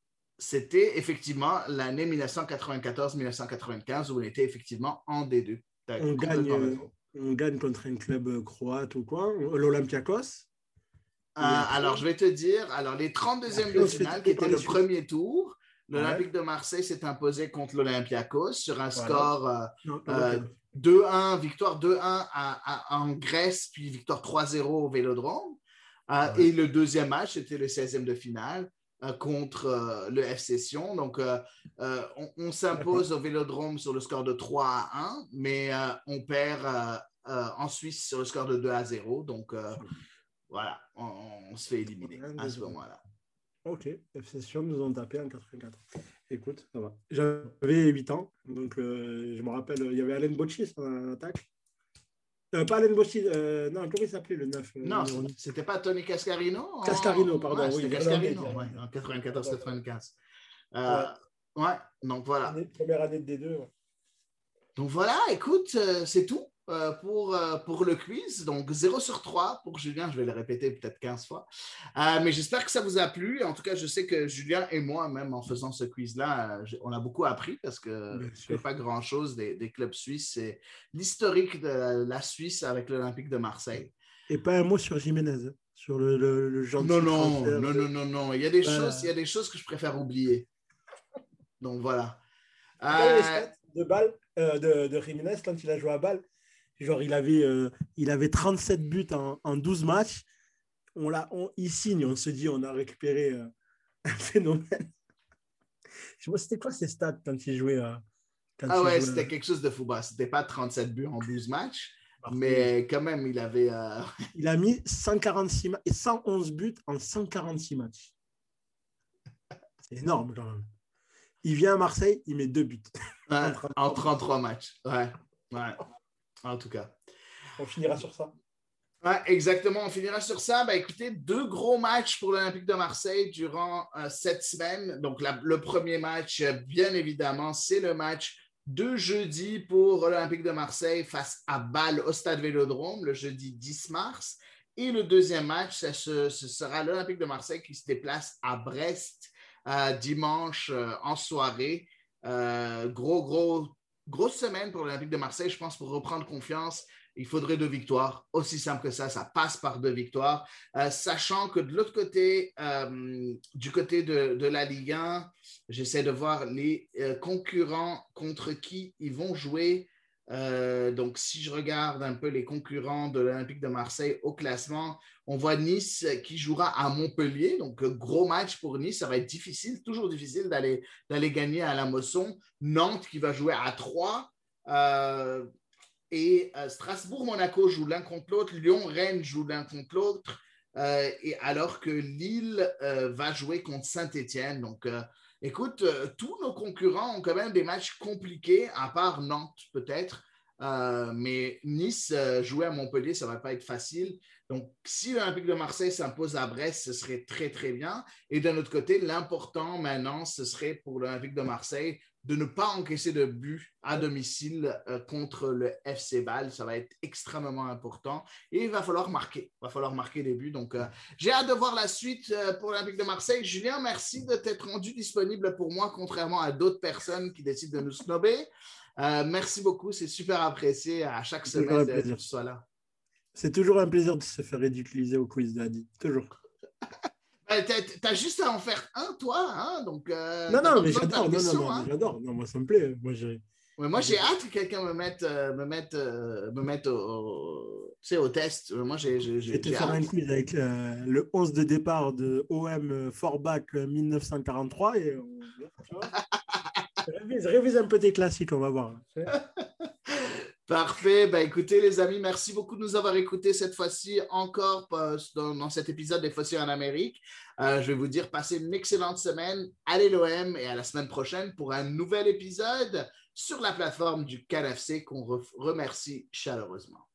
C'était effectivement l'année mille neuf cent quatre-vingt-quatorze mille neuf cent quatre-vingt-quinze où on était effectivement en D deux. On gagne, euh, on gagne contre un club croate ou quoi? L'Olympiakos? Euh, alors, je vais te dire, alors les trente-deuxièmes de finale, qui était le premier tour, l'Olympique ouais. de Marseille s'est imposé contre l'Olympiakos sur un voilà. score euh, non, euh, deux un, victoire deux un à, à, en Grèce, puis victoire trois zéro au Vélodrome. Euh, ouais. Et le deuxième match, c'était le seizième de finale euh, contre euh, le F C Sion. Donc, euh, euh, on, on s'impose D'accord. au Vélodrome sur le score de trois à un, mais euh, on perd euh, euh, en Suisse sur le score de deux à zéro. Donc, euh, voilà, on, on se fait éliminer à ce moment-là. Ok, F C Sion nous ont tapé en quatre-vingt-quatre. Écoute, ça va. J'avais huit ans, donc euh, je me rappelle, il y avait Alain Bocci en attaque. Euh, pas Alain Bocci, euh, non, comment il s'appelait le neuf euh, Non, numéro... c'était pas Tony Cascarino? Cascarino, pardon. Ouais, oui, c'était Cascarino, ouais, en quatre-vingt-quatorze quatre-vingt-quinze. Euh, ouais. ouais, donc voilà. Année, première année de D deux. Ouais. Donc voilà, écoute, euh, c'est tout. Euh, pour, euh, pour le quiz. Donc, zéro sur trois pour Julien. Je vais le répéter peut-être quinze fois. Euh, mais j'espère que ça vous a plu. En tout cas, je sais que Julien et moi, même en faisant ce quiz-là, euh, on a beaucoup appris parce que je ne fais pas grand-chose des, des clubs suisses. C'est l'historique de la, la Suisse avec l'Olympique de Marseille. Et pas un mot sur Jiménez, sur le, le, le genre non, de non, non, non, non, non. Il y a des bah... choses, il y a des choses que je préfère oublier. Donc, voilà. Euh... Les stats de Bâle, euh, de, de Jiménez, quand il a joué à Bâle, genre, il avait, euh, il avait trente-sept buts en, en douze matchs. On l'a, on, il signe, on se dit, on a récupéré euh, un phénomène. Je sais pas, c'était quoi ces stats quand il jouait euh, quand Ah il ouais, jouait, c'était euh... quelque chose de fou. Bah, c'était pas trente-sept buts en douze matchs, Parfait. mais quand même, il avait... Euh... Il a mis cent quarante-six ma- et cent onze buts en cent quarante-six matchs. C'est énorme, quand même. Il vient à Marseille, il met deux buts. Ouais, en trente-trois matchs. Ouais, ouais. En tout cas. On finira sur ça. Ouais, exactement. On finira sur ça. Ben, écoutez, deux gros matchs pour l'Olympique de Marseille durant euh, cette semaine. Donc, la, le premier match, bien évidemment, c'est le match de jeudi pour l'Olympique de Marseille face à Bâle au Stade Vélodrome, le jeudi dix mars. Et le deuxième match, ça, ce, ce sera l'Olympique de Marseille qui se déplace à Brest euh, dimanche euh, en soirée. Euh, gros, gros grosse semaine pour l'Olympique de Marseille. Je pense pour reprendre confiance, il faudrait deux victoires. Aussi simple que ça, ça passe par deux victoires. Euh, sachant que de l'autre côté, euh, du côté de, de la Ligue un, j'essaie de voir les euh, concurrents contre qui ils vont jouer. Euh, donc, si je regarde un peu les concurrents de l'Olympique de Marseille au classement, on voit Nice qui jouera à Montpellier. Donc, gros match pour Nice. Ça va être difficile, toujours difficile d'aller, d'aller gagner à la Mosson. Nantes qui va jouer à Troyes. Euh, et euh, Strasbourg-Monaco joue l'un contre l'autre. Lyon-Rennes joue l'un contre l'autre. Euh, et alors que Lille euh, va jouer contre Saint-Étienne. Donc, euh, écoute, euh, tous nos concurrents ont quand même des matchs compliqués, à part Nantes peut-être. Euh, mais Nice, euh, jouer à Montpellier, ça ne va pas être facile. Donc, si l'Olympique de Marseille s'impose à Brest, ce serait très, très bien. Et d'un autre côté, l'important maintenant, ce serait pour l'Olympique de Marseille de ne pas encaisser de but à domicile euh, contre le F C Bâle. Ça va être extrêmement important. Et il va falloir marquer. Il va falloir marquer des buts. Donc, euh, j'ai hâte de voir la suite euh, pour l'Olympique de Marseille. Julien, merci de t'être rendu disponible pour moi, contrairement à d'autres personnes qui décident de nous snobber. Euh, merci beaucoup. C'est super apprécié à chaque semaine que tu sois là. C'est toujours un plaisir de se faire ridiculiser au quiz d'Adi. Toujours. T'as, t'as juste à en faire un, toi. Hein? Donc, euh, non, non, mais j'adore. Non, non, non, hein? j'adore. Non, moi, ça me plaît. Moi, j'ai, ouais, moi, j'ai hâte que quelqu'un me mette, euh, me mette, euh, me mette au, au, tu sais, au test. Moi, j'ai, j'ai, je vais te j'ai faire hâte. un quiz avec euh, le onze de départ de O M Forbach mille neuf cent quarante-trois. Et on... révise, révise un peu tes classiques, on va voir. Parfait. Ben, écoutez, les amis, merci beaucoup de nous avoir écoutés cette fois-ci encore dans, dans cet épisode des Fossiers en Amérique. Euh, je vais vous dire, passez une excellente semaine. Allez l'O M et à la semaine prochaine pour un nouvel épisode sur la plateforme du C A N F C qu'on re- remercie chaleureusement.